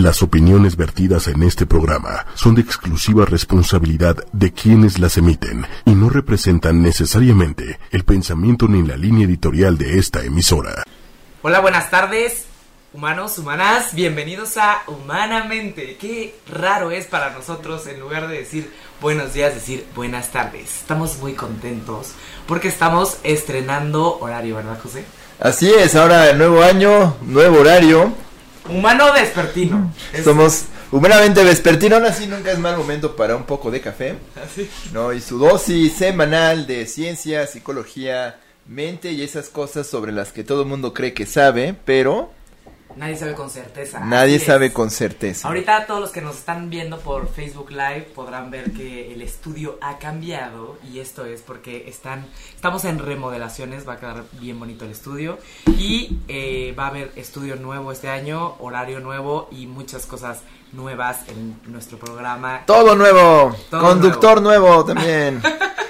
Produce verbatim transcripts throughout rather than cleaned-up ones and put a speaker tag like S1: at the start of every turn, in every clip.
S1: Las opiniones vertidas en este programa son de exclusiva responsabilidad de quienes las emiten y no representan necesariamente el pensamiento ni la línea editorial de esta emisora.
S2: Hola, buenas tardes, humanos, humanas, bienvenidos a Humanamente. Qué raro es para nosotros, en lugar de decir buenos días, decir buenas tardes. Estamos muy contentos porque estamos estrenando horario, ¿verdad, José?
S3: Así es, ahora nuevo año, nuevo horario.
S2: Humano vespertino. Es...
S3: Somos humanamente vespertino, aún así nunca es mal momento para un poco de café.
S2: ¿Así?
S3: No, y su dosis semanal de ciencia, psicología, mente y esas cosas sobre las que todo el mundo cree que sabe, pero...
S2: Nadie sabe con certeza.
S3: Nadie
S2: Así
S3: sabe
S2: es.
S3: con certeza.
S2: Ahorita todos los que nos están viendo por Facebook Live podrán ver que el estudio ha cambiado, y esto es porque están estamos en remodelaciones, va a quedar bien bonito el estudio y eh, va a haber estudio nuevo este año, horario nuevo y muchas cosas nuevas en nuestro programa.
S3: Todo nuevo,
S2: Todo
S3: conductor nuevo, nuevo también.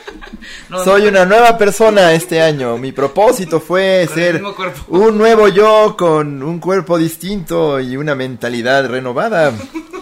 S2: No,
S3: Soy
S2: no,
S3: una nueva persona este año. Mi propósito fue
S2: con
S3: ser
S2: el mismo cuerpo.
S3: un nuevo yo con un cuerpo distinto y una mentalidad renovada.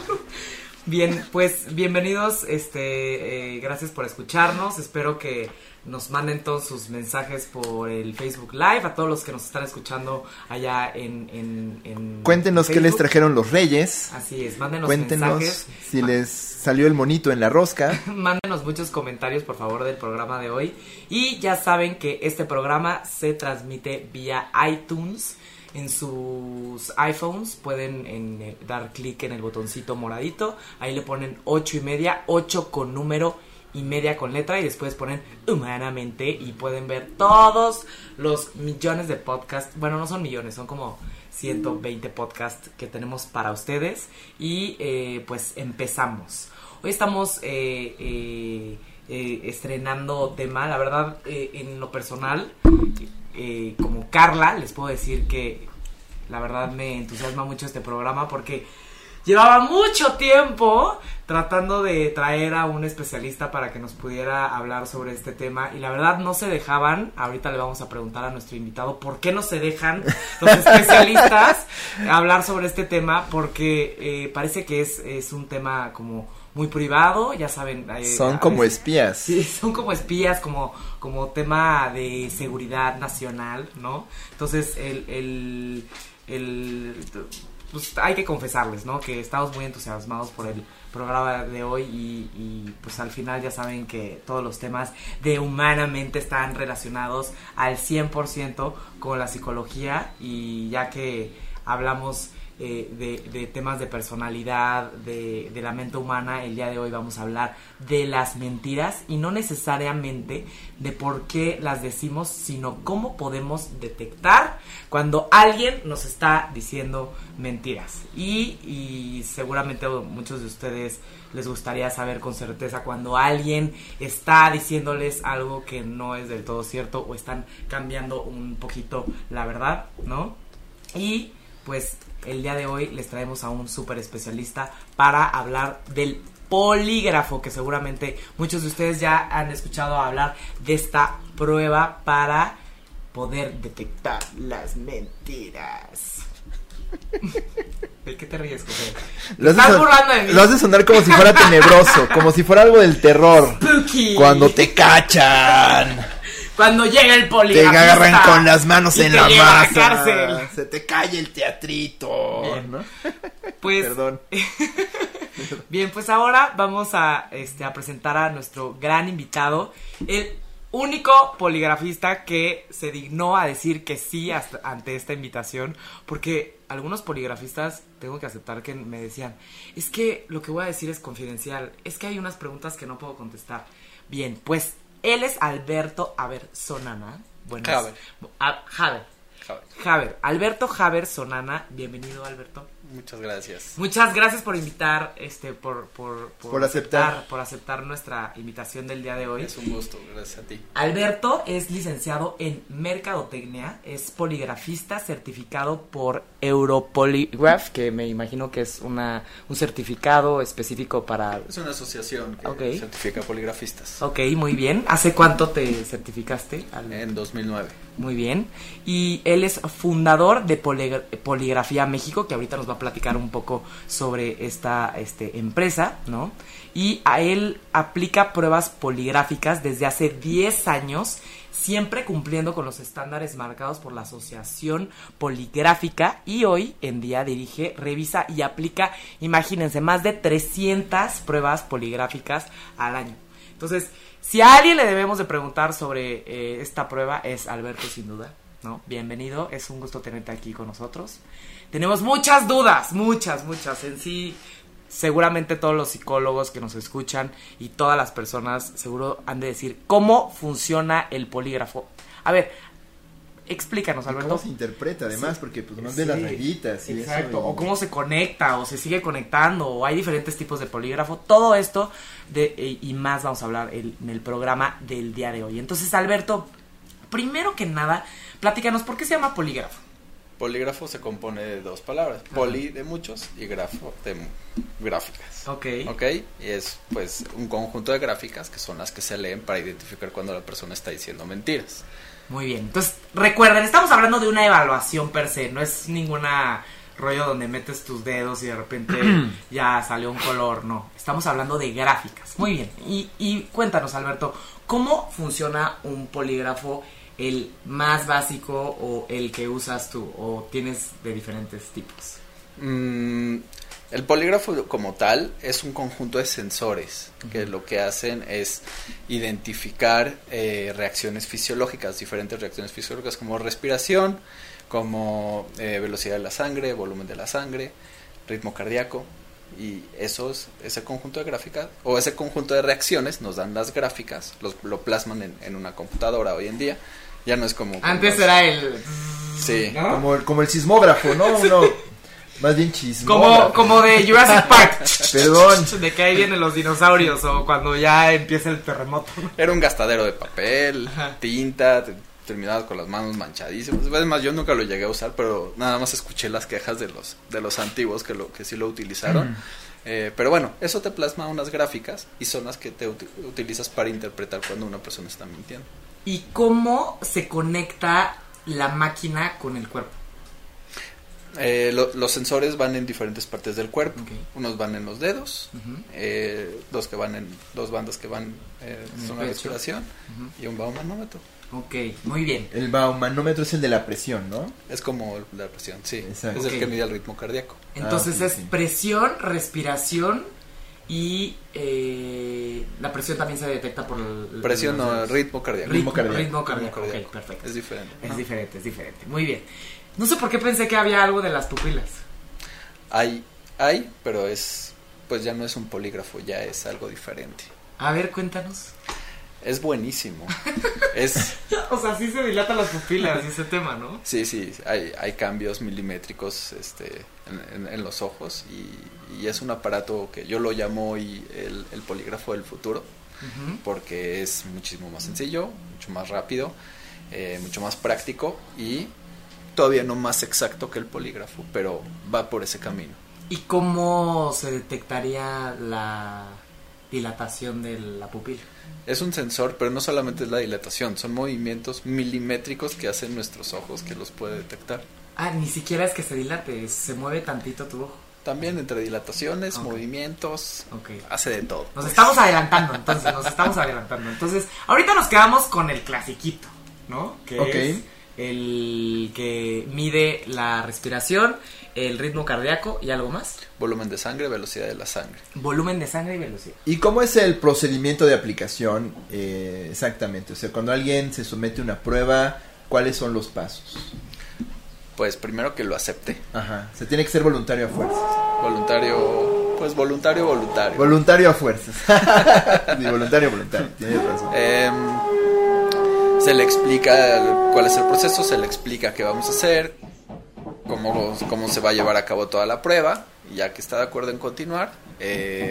S2: Bien, pues bienvenidos, este, eh, gracias por escucharnos, espero que nos manden todos sus mensajes por el Facebook Live, a todos los que nos están escuchando allá en, en, en
S3: Cuéntenos
S2: Facebook.
S3: qué les trajeron los reyes.
S2: Así es, mándenos
S3: Cuéntenos
S2: mensajes.
S3: si les salió el monito en la rosca.
S2: Mándenos muchos comentarios, por favor, del programa de hoy. Y ya saben que este programa se transmite vía iTunes. En sus iPhones pueden en, eh, dar clic en el botoncito moradito. Ahí le ponen ocho y media, ocho con número y media con letra. Y después ponen Humanamente y pueden ver todos los millones de podcasts. Bueno, no son millones, son como ciento veinte podcasts que tenemos para ustedes. Y eh, pues empezamos. Hoy estamos eh, eh, eh, estrenando tema. La verdad, eh, en lo personal... Eh, como Carla, les puedo decir que la verdad me entusiasma mucho este programa porque llevaba mucho tiempo tratando de traer a un especialista para que nos pudiera hablar sobre este tema y la verdad no se dejaban. Ahorita le vamos a preguntar a nuestro invitado por qué no se dejan los especialistas hablar sobre este tema, porque eh, parece que es, es un tema como muy privado, ya saben. Eh,
S3: son como veces, espías.
S2: Sí, son como espías, como, como tema de seguridad nacional, ¿no? Entonces, el, el, el, pues hay que confesarles, ¿no? Que estamos muy entusiasmados por el programa de hoy y, y pues al final ya saben que todos los temas de Humanamente están relacionados al cien por ciento con la psicología, y ya que hablamos... Eh, de, de temas de personalidad, de, de la mente humana, el día de hoy vamos a hablar de las mentiras y no necesariamente de por qué las decimos, sino cómo podemos detectar cuando alguien nos está diciendo mentiras. Y, y seguramente a muchos de ustedes les gustaría saber con certeza cuando alguien está diciéndoles algo que no es del todo cierto o están cambiando un poquito la verdad, ¿no? Y pues el día de hoy les traemos a un súper especialista para hablar del polígrafo, que seguramente muchos de ustedes ya han escuchado hablar de esta prueba para poder detectar las mentiras. ¿De qué te ríes, José?
S3: Lo
S2: ¿Estás
S3: son,
S2: burlando de mí?
S3: Lo hace sonar como si fuera tenebroso, como si fuera algo del terror.
S2: Spooky.
S3: Cuando te cachan.
S2: Cuando llega el poligrafista.
S3: Te agarran con las manos en la masa.
S2: A la cárcel.
S3: Se te cae el teatrito.
S2: Bien.
S3: ¿No?
S2: Pues,
S3: Perdón.
S2: Bien, pues ahora vamos a, este, a presentar a nuestro gran invitado, el único poligrafista que se dignó a decir que sí hasta, ante esta invitación, porque algunos poligrafistas, tengo que aceptar que me decían, es que lo que voy a decir es confidencial, es que hay unas preguntas que no puedo contestar. Bien, pues él es Alberto Haber Sonana. Buenas.
S4: Haber.
S2: A, Haber.
S4: Haber.
S2: Haber. Alberto Haber Sonana. Bienvenido, Alberto.
S4: Muchas gracias.
S2: Muchas gracias por invitar, este, por, por, por,
S3: por aceptar.
S2: aceptar, por aceptar nuestra invitación del día de hoy.
S4: Es un gusto, gracias a ti.
S2: Alberto es licenciado en Mercadotecnia, es poligrafista certificado por Europolygraph, que me imagino que es una un certificado específico para...
S4: Es una asociación que
S2: Okay.
S4: certifica poligrafistas.
S2: Ok, muy bien. ¿Hace cuánto te certificaste? Al...
S4: En dos mil nueve.
S2: Muy bien. Y él es fundador de Polig- Poligrafía México, que ahorita nos va a platicar un poco sobre esta este, empresa, ¿no? Y a él aplica pruebas poligráficas desde hace diez años, siempre cumpliendo con los estándares marcados por la Asociación Poligráfica, y hoy en día dirige, revisa y aplica, imagínense, más de trescientas pruebas poligráficas al año. Entonces, si a alguien le debemos de preguntar sobre eh, esta prueba, es Alberto, sin duda, ¿no? Bienvenido, es un gusto tenerte aquí con nosotros. Tenemos muchas dudas, muchas, muchas. En sí, seguramente todos los psicólogos que nos escuchan y todas las personas seguro han de decir cómo funciona el polígrafo. A ver, explícanos, Alberto.
S3: ¿Cómo se interpreta además? Sí. Porque pues no
S2: sí,
S3: de las rayitas y
S2: exacto,
S3: eso. Y...
S2: o cómo se conecta, o se sigue conectando, o hay diferentes tipos de polígrafo. Todo esto de, y, y más vamos a hablar el, en el programa del día de hoy. Entonces, Alberto, primero que nada, platícanos, ¿por qué se llama polígrafo?
S4: Polígrafo se compone de dos palabras, Ajá. poli de muchos y grafo de gráficas.
S2: Ok.
S4: Ok, y es pues un conjunto de gráficas que son las que se leen para identificar cuando la persona está diciendo mentiras.
S2: Muy bien, entonces recuerden, estamos hablando de una evaluación per se, no es ninguna rollo donde metes tus dedos y de repente ya salió un color, no, estamos hablando de gráficas. Muy bien, y, y cuéntanos, Alberto, ¿cómo funciona un polígrafo? ¿El más básico o el que usas tú? ¿O tienes de diferentes tipos?
S4: Mm, el polígrafo como tal es un conjunto de sensores uh-huh. que lo que hacen es identificar eh, reacciones fisiológicas, diferentes reacciones fisiológicas como respiración, como eh, velocidad de la sangre, volumen de la sangre, ritmo cardíaco. Y esos, ese conjunto de gráficas o ese conjunto de reacciones nos dan las gráficas, los, lo plasman en, en una computadora hoy en día. Ya no es como...
S2: Antes
S4: como
S2: era el...
S4: Sí.
S3: ¿No? Como, el, como el sismógrafo, ¿no? Uno, más bien chismógrafo.
S2: Como, como de Jurassic Park.
S3: Perdón.
S2: De que ahí vienen los dinosaurios o cuando ya empieza el terremoto.
S4: Era un gastadero de papel,
S2: Ajá.
S4: tinta, te, terminabas con las manos manchadísimas. Además, yo nunca lo llegué a usar, pero nada más escuché las quejas de los de los antiguos que lo que sí lo utilizaron. Mm. Eh, pero bueno, eso te plasma unas gráficas y son las que te ut- utilizas para interpretar cuando una persona está mintiendo.
S2: ¿Y cómo se conecta la máquina con el cuerpo?
S4: Eh, lo, los sensores van en diferentes partes del cuerpo.
S2: Okay.
S4: Unos van en los dedos,
S2: uh-huh.
S4: eh, dos que van en dos bandas que van eh, son la respiración uh-huh. y un baumanómetro.
S2: Ok, muy bien.
S3: El baumanómetro es el de la presión, ¿no?
S4: Es como la presión, sí.
S3: Exacto.
S4: Es
S2: okay.
S4: el que mide el ritmo cardíaco.
S2: Entonces
S3: ah, sí,
S2: es
S3: sí.
S2: presión, respiración y eh, la presión también se detecta por el...
S4: Presión, no,
S2: el,
S4: ritmo cardíaco.
S2: Ritmo,
S3: ritmo cardíaco.
S2: Ritmo cardíaco,
S4: ritmo cardíaco.
S2: ok, perfecto.
S4: Es diferente.
S2: Es
S4: ¿no?
S2: diferente, es diferente. Muy bien. No sé por qué pensé que había algo de las pupilas.
S4: Hay, hay, pero es, pues ya no es un polígrafo, ya es algo diferente.
S2: A ver, cuéntanos.
S4: Es buenísimo. es
S2: O sea, sí se dilatan las pupilas y ese tema, ¿no?
S4: Sí, sí, hay, hay cambios milimétricos este, en, en, en los ojos y, y es un aparato que yo lo llamo hoy el, el polígrafo del futuro uh-huh. porque es muchísimo más sencillo, mucho más rápido, eh, mucho más práctico y todavía no más exacto que el polígrafo, pero va por ese camino.
S2: ¿Y cómo se detectaría la dilatación de la pupila?
S4: Es un sensor, pero no solamente es la dilatación, son movimientos milimétricos que hacen nuestros ojos que los puede detectar.
S2: Ah, ni siquiera es que se dilate, se mueve tantito tu ojo.
S4: También entre dilataciones,
S2: okay.
S4: movimientos,
S2: okay.
S4: hace de todo.
S2: Nos estamos adelantando, entonces, nos estamos adelantando. Entonces, ahorita nos quedamos con el clasiquito, ¿no? Que
S3: okay.
S2: es el que mide la respiración, el ritmo cardíaco y algo más.
S4: Volumen de sangre, velocidad de la sangre.
S2: Volumen de sangre y velocidad.
S3: ¿Y cómo es el procedimiento de aplicación eh, exactamente? O sea, cuando alguien se somete a una prueba, ¿cuáles son los pasos?
S4: Pues primero que lo acepte.
S3: Ajá, se tiene que ser voluntario a fuerzas.
S4: Voluntario, pues voluntario, voluntario.
S3: Voluntario a fuerzas. Sí, voluntario, voluntario, tienes razón.
S4: Eh, se le explica cuál es el proceso, se le explica qué vamos a hacer, cómo, cómo se va a llevar a cabo toda la prueba, y ya que está de acuerdo en continuar, eh,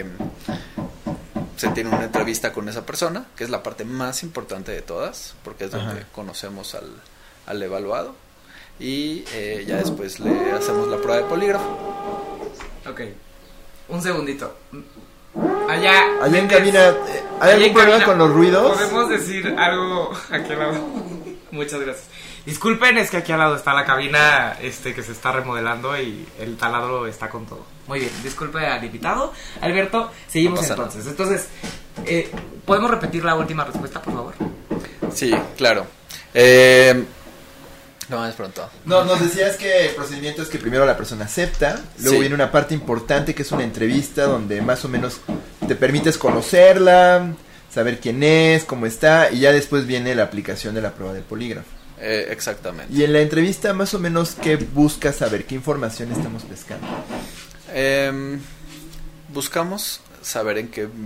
S4: se tiene una entrevista con esa persona, que es la parte más importante de todas, porque es donde Ajá. conocemos al, al evaluado, y eh, ya después le hacemos la prueba de polígrafo.
S2: Ok, un segundito. Allá,
S3: allá en cabina, eh, ¿hay algún problema con los ruidos?
S2: ¿Podemos decir algo a aquel lado? Muchas gracias. Disculpen, es que aquí al lado está la cabina este que se está remodelando y el taladro está con todo. Muy bien, disculpe al invitado. Alberto, seguimos
S4: No pasa
S2: entonces.
S4: nada.
S2: Entonces, eh, ¿podemos repetir la última respuesta, por favor?
S4: Sí, claro. Eh, no me has preguntado.
S3: No, nos decías que el procedimiento es que primero la persona acepta, luego
S4: Sí.
S3: viene una parte importante que es una entrevista donde más o menos te permites conocerla, saber quién es, cómo está, y ya después viene la aplicación de la prueba del polígrafo.
S4: Eh, exactamente.
S3: Y en la entrevista más o menos ¿qué buscas saber? ¿Qué información estamos pescando?
S4: Eh, buscamos saber en qué,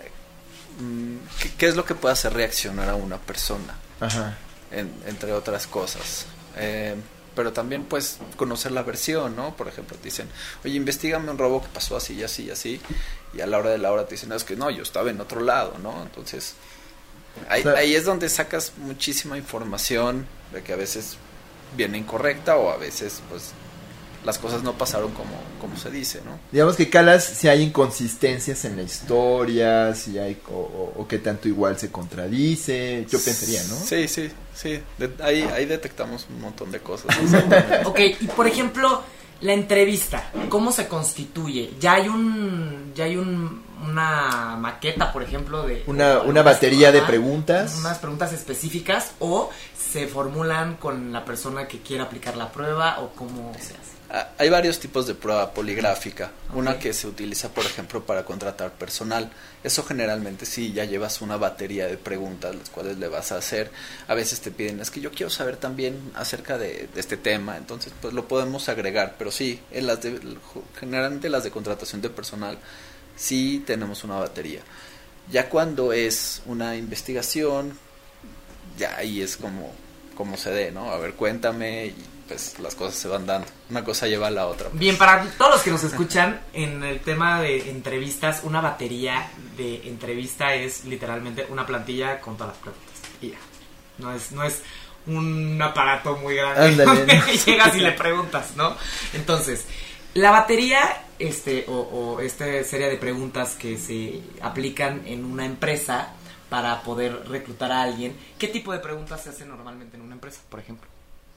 S4: mm, qué, qué es lo que puede hacer reaccionar a una persona,
S3: Ajá.
S4: en- entre otras cosas. Eh, pero también pues conocer la versión, ¿no? Por ejemplo, te dicen, oye, investígame un robo que pasó así y así y así, y a la hora de la hora te dicen, no, es que no, yo estaba en otro lado, ¿no? Entonces, ahí,
S3: O sea,
S4: ahí es donde sacas muchísima información de que a veces viene incorrecta o a veces pues las cosas no pasaron como, como se dice, ¿no?
S3: Digamos que calas si hay inconsistencias en la historia, si hay o, o, o que tanto igual se contradice, yo pensaría, ¿no?
S4: Sí, sí, sí, de- ahí, ahí detectamos un montón de cosas.
S2: Ok, y por ejemplo, la entrevista, ¿cómo se constituye? ¿Ya hay un ya hay un, una maqueta, por ejemplo, de
S3: Una,
S2: o
S3: una
S2: algunas-
S3: batería de
S2: ajá,
S3: preguntas.
S2: unas preguntas específicas o se formulan con la persona que quiera aplicar la prueba o cómo se hace?
S4: Ah, Hay varios tipos de prueba poligráfica.
S2: Ok.
S4: Una que se utiliza, por ejemplo, para contratar personal. Eso generalmente sí, ya llevas una batería de preguntas, las cuales le vas a hacer. A veces te piden, es que yo quiero saber también acerca de, de este tema, entonces pues lo podemos agregar. Pero sí, en las de, generalmente las de contratación de personal, sí tenemos una batería. Ya cuando es una investigación, ya ahí es como, como se dé, ¿no? A ver, cuéntame, y pues las cosas se van dando. Una cosa lleva a la otra.
S2: Bien, para todos los que nos escuchan en el tema de entrevistas, una batería de entrevista es literalmente una plantilla con todas las preguntas. Y ya. No es, no es un aparato muy grande
S3: Ándale,
S2: donde
S3: ¿no?
S2: llegas y le preguntas, ¿no? Entonces, la batería, este, o, o esta serie de preguntas que se aplican en una empresa para poder reclutar a alguien, ¿qué tipo de preguntas se hacen normalmente en una empresa, por ejemplo?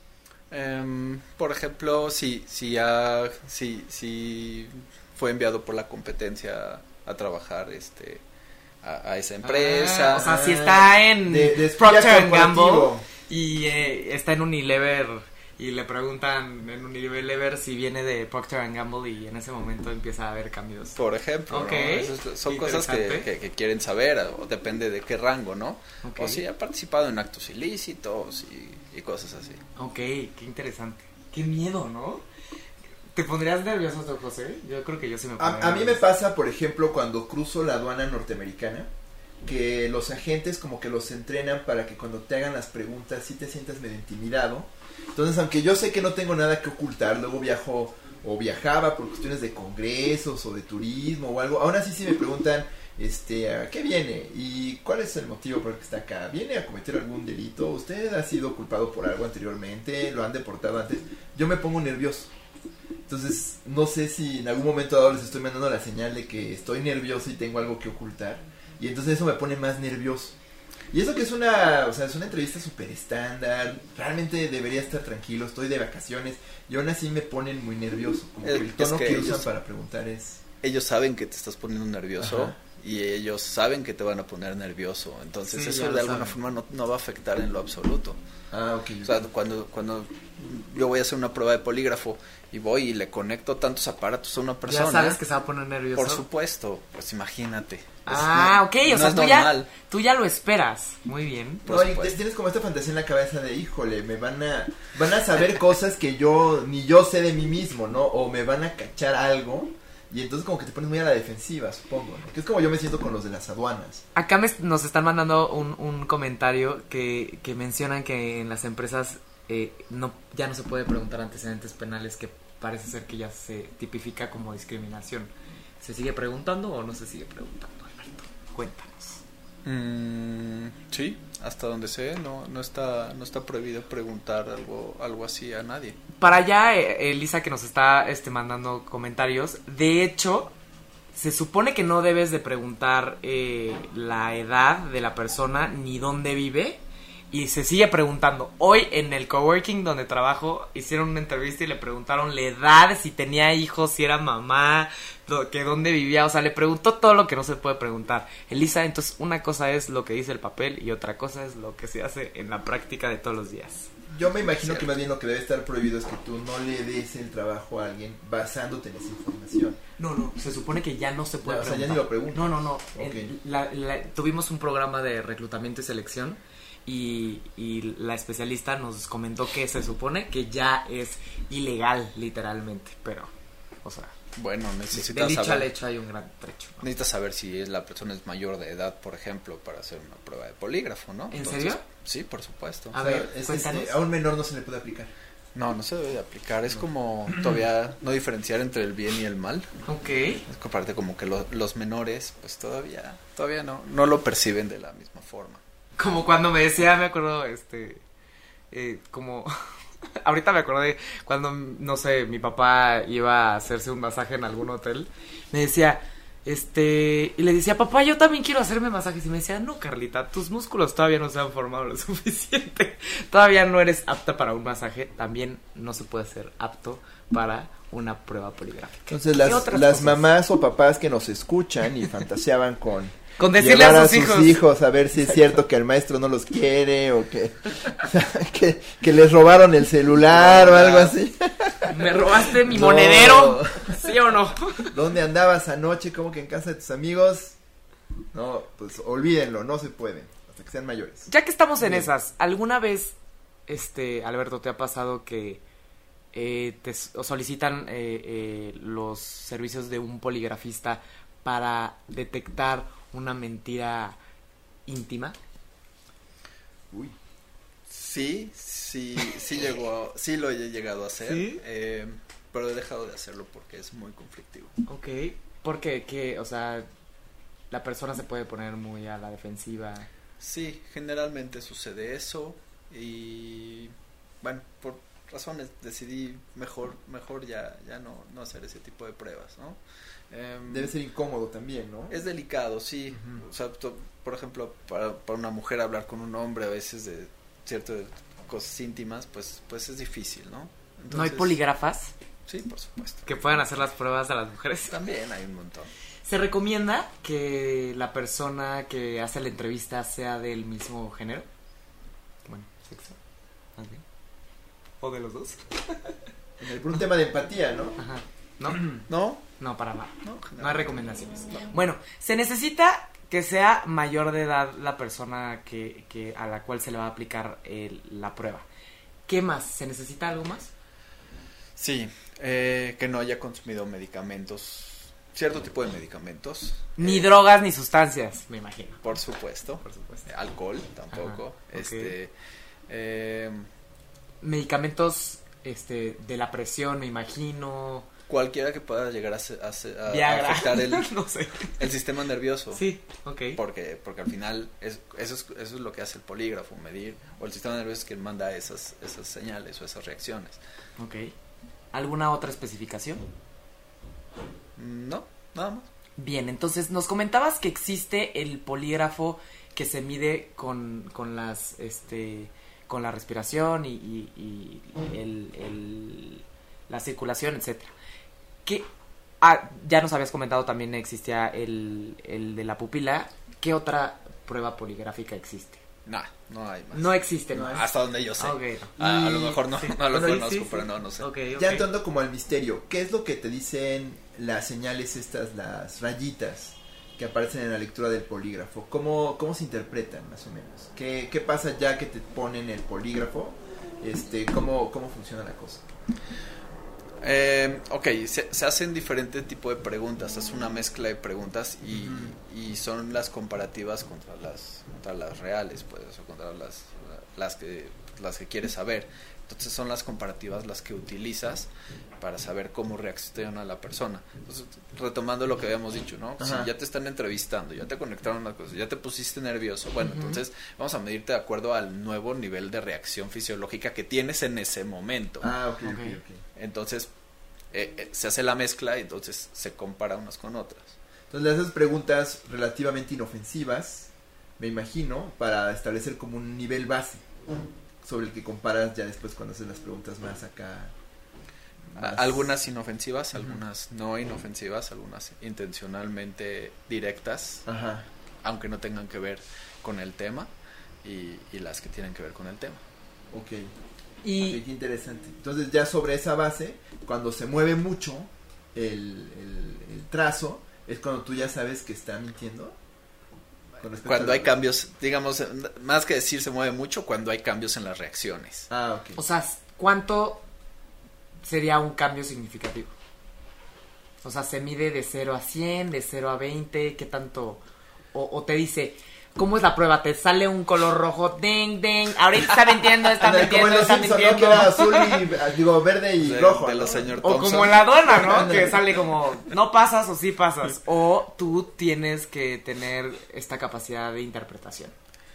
S4: Em, por ejemplo, si, si, ya, si, si fue enviado por la competencia a trabajar este a, a esa empresa.
S2: Ah, o sea, si está en
S3: De- de espía
S2: Procter and
S3: corporativo.
S2: Gamble y eh, está en Unilever y le preguntan en Unilever si viene de Procter and Gamble y en ese momento empieza a haber cambios.
S4: Por ejemplo,
S2: Ok,
S4: ¿no? Esas son cosas que,
S2: interesante.
S4: que, que quieren saber, o depende de qué rango, ¿no?
S2: Ok.
S4: O si ha participado en actos ilícitos y, y cosas así.
S2: Ok, qué interesante. Qué miedo, ¿no? ¿Te pondrías nervioso tú, José? Yo creo que yo sí me pondría
S3: A, a mí me
S2: nervioso.
S3: pasa, por ejemplo, cuando cruzo la aduana norteamericana, que los agentes como que los entrenan para que cuando te hagan las preguntas sí te sientas medio intimidado. Entonces, aunque yo sé que no tengo nada que ocultar, luego viajo o viajaba por cuestiones de congresos o de turismo o algo, aún así sí me preguntan, este, ¿a qué viene? ¿Y cuál es el motivo por el que está acá? ¿Viene a cometer algún delito? ¿Usted ha sido culpado por algo anteriormente? ¿Lo han deportado antes? Yo me pongo nervioso. Entonces, no sé si en algún momento dado les estoy mandando la señal de que estoy nervioso y tengo algo que ocultar. Y entonces eso me pone más nervioso. Y eso que es una, o sea, es una entrevista súper estándar. Realmente debería estar tranquilo, estoy de vacaciones. Y aún así me ponen muy nervioso. Como que
S4: Es-
S3: el tono
S4: es que
S3: que,
S4: ellos-
S3: usan para preguntar es...
S4: Ellos saben que te estás poniendo nervioso.
S3: Ajá.
S4: Y ellos saben que te van a poner nervioso. Entonces
S2: Sí, ya
S4: eso
S2: lo
S4: de alguna
S2: saben.
S4: forma no, no va a afectar en lo absoluto.
S3: Ah, ok.
S4: O sea, cuando, cuando yo voy a hacer una prueba de polígrafo y voy y le conecto tantos aparatos a una persona.
S2: Ya sabes que se va a poner nervioso.
S4: Por supuesto, pues imagínate. Es-
S2: Ah,
S4: no-
S2: ok, o
S4: no
S2: sea,
S4: es
S2: tú ya,
S4: normal.
S2: tú ya lo esperas. Muy bien.
S4: por
S3: No, y
S4: supuesto.
S3: te- tienes como esta fantasía en la cabeza de, híjole, me van a van a saber cosas que yo ni yo sé de mí mismo, ¿no? O me van a cachar algo y entonces como que te pones muy a la defensiva, supongo, ¿no? Que es como yo me siento con los de las aduanas.
S2: Acá me- nos están mandando un, un comentario que, que mencionan que en las empresas eh, no ya no se puede preguntar antecedentes penales, que parece ser que ya se tipifica como discriminación. ¿Se sigue preguntando o no se sigue preguntando, Alberto? Cuéntanos.
S4: Mm, sí, hasta donde sé, no, no está, no está prohibido preguntar algo, algo así a nadie.
S2: Para allá, eh, Elisa, que nos está este, mandando comentarios, de hecho, se supone que no debes de preguntar eh, la edad de la persona ni dónde vive, Y se sigue preguntando. Hoy en el coworking donde trabajo hicieron una entrevista y le preguntaron la edad, si tenía hijos, si era mamá, lo, que dónde vivía. O sea, le preguntó todo lo que no se puede preguntar. Elisa, entonces una cosa es lo que dice el papel y otra cosa es lo que se hace en la práctica de todos los días.
S3: Yo me imagino
S4: Cierto.
S3: que más bien lo que debe estar prohibido es que tú no le des el trabajo a alguien basándote en esa información.
S2: No, no, se supone que ya no se puede
S3: Ya, o sea, ya
S2: preguntar.
S3: ni lo preguntas.
S2: No, no, no.
S3: Ok.
S2: En la- la- tuvimos un programa de reclutamiento y selección y, y la especialista nos comentó que se supone que ya es ilegal, literalmente, pero, o sea,
S4: Bueno,
S2: de, de
S4: necesitas
S2: dicho al
S4: saber,
S2: hecho hay un gran trecho, ¿no?
S4: necesitas saber si es la persona es mayor de edad, por ejemplo, para hacer una prueba de polígrafo, ¿no?
S2: ¿En serio?
S4: Sí, por supuesto.
S2: A
S3: O sea,
S2: ver,
S3: es-
S2: cuéntanos.
S3: es- a un menor no se le puede aplicar.
S4: No, no se debe de aplicar. Es como todavía no diferenciar entre el bien y el mal.
S2: Ok.
S4: Es que aparte como que lo- los menores, pues todavía, todavía no, no lo perciben de la misma forma.
S2: Como cuando me decía, me acuerdo, este, eh, como, ahorita me acordé cuando, no sé, mi papá iba a hacerse un masaje en algún hotel, me decía, este, y le decía, papá, yo también quiero hacerme masajes, y me decía, no, Carlita, tus músculos todavía no se han formado lo suficiente, todavía no eres apta para un masaje, también no se puede ser apto para una prueba poligráfica.
S3: Entonces
S2: ¿Qué
S3: las,
S2: otras
S3: las
S2: cosas?
S3: mamás o papás que nos escuchan y fantaseaban con
S2: Con decirle
S3: llevar
S2: a sus hijos,
S3: hijos a ver si es cierto que el maestro no los quiere o que, que, que les robaron el celular o algo así.
S2: me robaste mi
S3: No.
S2: monedero, ¿sí o no?
S3: ¿Dónde andabas anoche? ¿Cómo que en casa de tus amigos? No, pues olvídenlo, no se puede, hasta que sean mayores.
S2: Ya que estamos en
S3: Bien.
S2: esas, ¿alguna vez, este, Alberto, te ha pasado que eh, te s- o solicitan eh, eh, los servicios de un poligrafista para detectar una mentira íntima?
S3: Uy.
S4: Sí, sí, sí llegó, a- sí lo he llegado a hacer,
S2: ¿Sí?
S4: eh, pero he dejado de hacerlo porque es muy conflictivo.
S2: Ok, porque, que, o sea, la persona se puede poner muy a la defensiva.
S4: Sí, generalmente sucede eso y bueno, por razones decidí mejor, mejor ya, ya no, no hacer ese tipo de pruebas, ¿no? Em,
S3: Debe ser incómodo también, ¿no?
S4: Es delicado, sí.
S3: Ujú.
S4: O sea, to- por ejemplo, para, para una mujer hablar con un hombre a veces de ciertas cosas íntimas, pues, pues es difícil, ¿no?
S2: ¿No hay
S4: Entonces,
S2: polígrafas
S4: Sí, por supuesto.
S2: que puedan hacer las pruebas a las mujeres?
S4: También hay un montón.
S2: Se recomienda que la persona que hace la entrevista sea del mismo género. Bueno, sexo. Más bien. O de los dos.
S3: En el- por un tema de empatía, ¿no?
S2: Ajá. ¿No?
S4: ¿No?
S2: No, para nada.
S4: No,
S2: No hay recomendaciones.
S4: No.
S2: Bueno, se necesita que sea mayor de edad la persona que, que a la cual se le va a aplicar el- la prueba. ¿Qué más? ¿Se necesita algo más?
S4: Sí, eh, que no haya consumido medicamentos, cierto tipo de medicamentos.
S2: Ni
S4: eh,
S2: drogas ni sustancias, me imagino.
S4: Por supuesto.
S2: Por supuesto.
S4: Eh, Alcohol tampoco.
S2: Ajá, ok.
S4: Este. eh,
S2: Medicamentos este, de la presión, me imagino.
S4: cualquiera que pueda llegar a, se- a se- a- a
S2: Viagra.
S4: afectar el,
S2: no sé.
S4: el sistema nervioso.
S2: Sí, ok.
S4: Porque, porque al final es, eso, es, eso es lo que hace el polígrafo, medir, o el sistema nervioso es quien manda esas, esas señales o esas reacciones.
S2: Ok. ¿Alguna otra especificación?
S4: No, nada más.
S2: Bien, entonces nos comentabas que existe el polígrafo que se mide con, con las este con la respiración y, y- y el, el- la circulación, etcétera. ¿Qué ah, ya nos habías comentado también existía el, el de la pupila. ¿Qué otra prueba poligráfica existe?
S4: Nah, no hay más.
S2: No existe, ¿no?
S4: Hasta donde yo sé.
S2: Ah, ok.
S4: A, a lo
S2: Y-
S4: mejor no,
S2: sí.
S4: no lo
S3: Bueno, y
S4: conozco,
S2: sí,
S4: pero
S2: sí.
S4: no, no sé.
S2: Ok, ok.
S3: Ya entrando como al misterio, ¿qué es lo que te dicen las señales estas, las rayitas que aparecen en la lectura del polígrafo? ¿Cómo, cómo se interpretan más o menos? ¿Qué, qué pasa ya que te ponen el polígrafo? Este, ¿cómo, cómo funciona la cosa?
S4: Eh, ok, se, se hacen diferentes tipos de preguntas, es una mezcla de preguntas y,
S3: Ujú.
S4: y son las comparativas contra las contra las reales, pues, o contra las las que las que quieres saber. Entonces son las comparativas las que utilizas para saber cómo reacciona la persona. Entonces, retomando lo que habíamos dicho, ¿no?
S3: Ajá.
S4: Si ya te están entrevistando, ya te conectaron las cosas, ya te pusiste nervioso, bueno,
S2: Ujú.
S4: entonces vamos a medirte de acuerdo al nuevo nivel de reacción fisiológica que tienes en ese momento.
S3: Ah, ok,
S2: Ok.
S3: ok, ok.
S4: Entonces, eh, eh, se hace la mezcla y entonces se compara unas con otras.
S3: Entonces le haces preguntas relativamente inofensivas me imagino, para establecer como un nivel base sobre el que comparas ya después cuando haces las preguntas más acá. Más...
S4: Algunas inofensivas, uh-huh. algunas no inofensivas, algunas intencionalmente directas,
S3: Ajá.
S4: aunque no tengan que ver con el tema, y, y las que tienen que ver con el tema.
S3: Ok.
S2: Y
S3: okay, qué interesante. Entonces ya sobre esa base, cuando se mueve mucho el, el, el trazo, es cuando tú ya sabes que está mintiendo.
S4: Cuando hay cambios, digamos, más que decir se mueve mucho, cuando hay cambios en las reacciones.
S3: Ah, ok.
S2: O sea, ¿cuánto sería un cambio significativo? O sea, ¿se mide de cero a cien, de cero a veinte? ¿Qué tanto? O, o te dice, ¿cómo es la prueba? Te sale un color rojo, ding, ding, ahorita está mintiendo, está mintiendo,
S3: como en
S2: está
S3: los Simpson,
S2: mintiendo.
S3: ¿no? Que era azul y, digo, verde y
S4: de,
S3: rojo,
S4: de
S3: ¿no?
S4: los señor
S2: O
S4: Thompson.
S2: como en la dona, ¿no? Que sale como, no pasas o sí pasas. O tú tienes que tener esta capacidad de interpretación.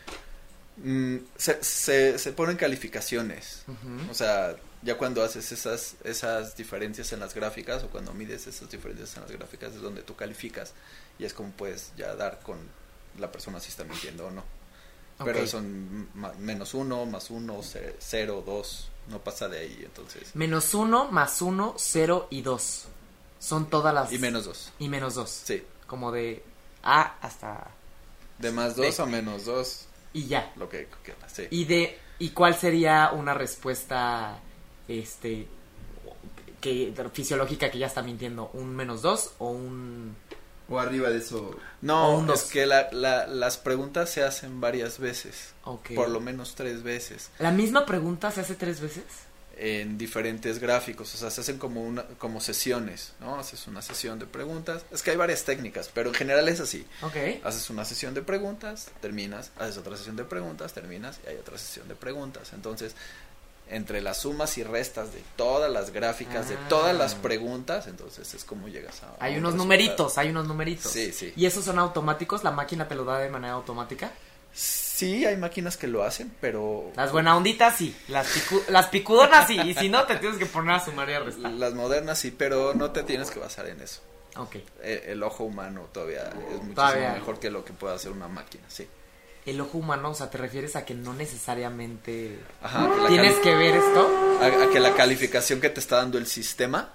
S4: Mm, se, se, se ponen calificaciones.
S2: Uh-huh.
S4: O sea, ya cuando haces esas, esas diferencias en las gráficas, o cuando mides esas diferencias en las gráficas, es donde tú calificas. Y es como puedes ya dar con la persona si está mintiendo o no. Okay. Pero son ma- menos uno, más uno, ce- cero, dos, no pasa de ahí, entonces.
S2: Menos uno, más uno, cero y dos. Son todas las...
S4: Y menos dos.
S2: Y menos dos.
S4: Sí.
S2: Como de A hasta...
S4: De más dos a menos dos.
S2: Y ya.
S4: Lo que queda, sí.
S2: Y de... ¿Y cuál sería una respuesta, este, que fisiológica que ya está mintiendo? ¿Un menos dos o un...?
S3: O arriba de eso.
S4: No,
S2: un
S4: es que la, la, las preguntas se hacen varias veces.
S2: Okay.
S4: Por lo menos tres veces.
S2: ¿La misma pregunta se hace tres veces?
S4: En diferentes gráficos, o sea, se hacen como una, como sesiones, ¿no? Haces una sesión de preguntas. Es que hay varias técnicas, pero en general es así.
S2: Okay.
S4: Haces una sesión de preguntas, terminas, haces otra sesión de preguntas, terminas, y hay otra sesión de preguntas. Entonces, entre las sumas y restas de todas las gráficas, ah. de todas las preguntas, entonces es como llegas a...
S2: Hay
S4: a
S2: unos
S4: un
S2: numeritos, hay unos numeritos.
S4: Sí, sí.
S2: ¿Y esos son automáticos? ¿La máquina te lo da de manera automática?
S4: Sí, hay máquinas que lo hacen, pero...
S2: Las buena onditas sí, las, picu las picudonas sí, y si no te tienes que poner a sumar y a restar.
S4: Las modernas sí, pero no te tienes que basar en eso.
S2: Ok.
S4: El, el ojo humano todavía es muchísimo
S2: todavía.
S4: mejor que lo que pueda hacer una máquina, sí.
S2: El ojo humano, o sea, ¿te refieres a que no necesariamente
S4: Ajá,
S2: tienes que ver esto?
S4: A, a que la calificación que te está dando el sistema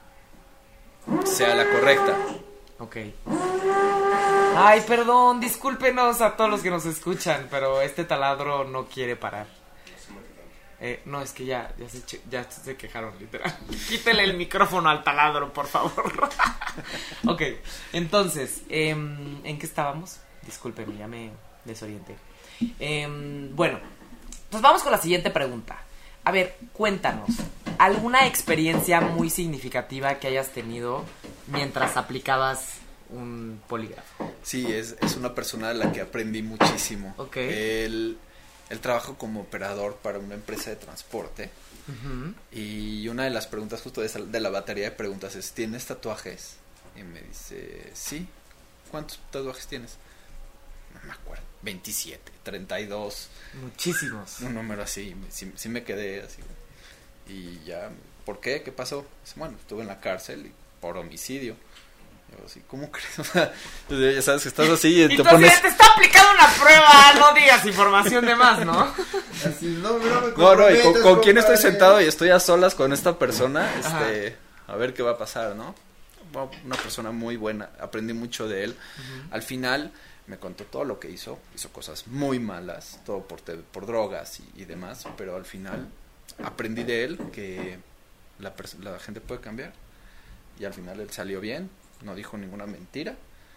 S4: sea la correcta.
S2: Ok. Ay, perdón, discúlpenos a todos los que nos escuchan, pero este taladro no quiere parar. Eh, no, es que ya, ya, se, ya se quejaron, literal. Quítele el micrófono al taladro, por favor. Ok, entonces, eh, ¿en qué estábamos? Discúlpenme, ya me desorienté. Eh, bueno, pues vamos con la siguiente pregunta. A ver, cuéntanos, ¿alguna experiencia muy significativa que hayas tenido mientras aplicabas un polígrafo?
S4: Sí, es, es una persona de la que aprendí muchísimo.
S2: Ok.
S4: Él, él trabaja como operador para una empresa de transporte.
S2: Uh-huh.
S4: Y una de las preguntas justo de, esa, de la batería de preguntas es, ¿tienes tatuajes? Y me dice, sí. ¿Cuántos tatuajes tienes? No me acuerdo. veintisiete, treinta y dos.
S2: Muchísimos.
S4: Un número así. Sí, sí me quedé así. Y ya, ¿por qué? ¿Qué pasó? Dice, bueno, estuve en la cárcel y por homicidio. Yo así, ¿cómo crees? O sea, ya sabes que estás así y,
S2: y
S4: te
S2: tú
S4: pones...
S2: así, te está aplicando una prueba, no digas información de más, ¿no?
S3: Así, no, no, me
S4: no, no, y con, con quién estoy
S3: compadre.
S4: sentado y estoy a solas con esta persona, este, a ver qué va a pasar, ¿no? Una persona muy buena, aprendí mucho de él. Uh-huh. Al final me contó todo lo que hizo, hizo cosas muy malas, todo por, te, por drogas y, y demás, pero al final aprendí de él que la, la gente puede cambiar y al final él salió bien, no dijo ninguna mentira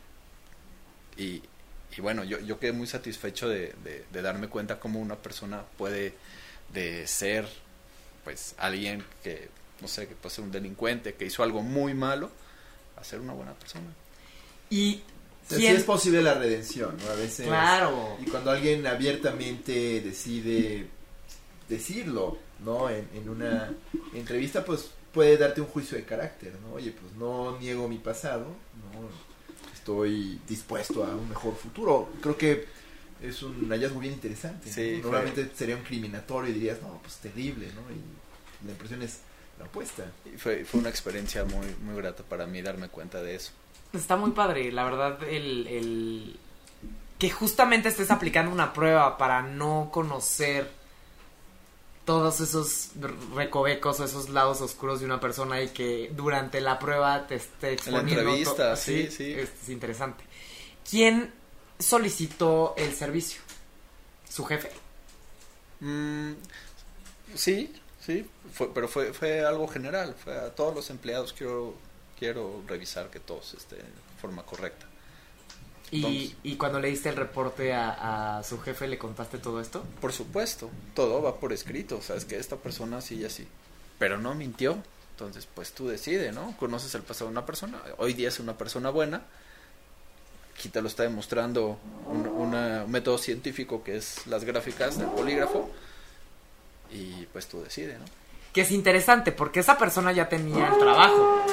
S4: y, y bueno, yo, yo quedé muy satisfecho de, de, de darme cuenta cómo una persona puede de ser pues alguien que, no sé, que puede ser un delincuente, que hizo algo muy malo, a ser una buena persona.
S2: Y
S3: o sea, sí es posible la redención, ¿no? A veces.
S2: Claro.
S3: Y cuando alguien abiertamente decide decirlo, ¿no? En, en una entrevista, pues puede darte un juicio de carácter, ¿no? Oye, pues no niego mi pasado, ¿no? Estoy dispuesto a un mejor futuro. Creo que es un hallazgo bien interesante.
S4: Sí,
S3: ¿no? Normalmente fue... sería un criminatorio y dirías, no, pues terrible, ¿no? Y la impresión es la opuesta.
S4: Y fue, fue una experiencia muy, muy grata para mí darme cuenta de eso.
S2: Está muy padre, la verdad, el... el... que justamente estés aplicando una prueba para no conocer todos esos recovecos o esos lados oscuros de una persona y que durante la prueba te esté exponiendo.
S4: En la entrevista,
S2: to-
S4: sí, sí.
S2: Es, es interesante. ¿Quién solicitó el servicio? ¿Su jefe?
S4: Mm, sí, sí, fue, pero fue fue algo general, fue a todos los empleados, quiero quiero revisar que todos estén de forma correcta.
S2: Y,
S4: Entonces,
S2: y cuando le diste el reporte a, a su jefe, ¿le contaste todo esto?
S4: por supuesto, todo va por escrito, sabes que esta persona sí y así, pero no mintió, entonces pues tú decides, ¿no? Conoces el pasado de una persona, hoy día es una persona buena, aquí te lo está demostrando un, una, un método científico que es las gráficas del polígrafo, y pues tú decides, ¿no?
S2: Que es interesante porque esa persona ya tenía el trabajo,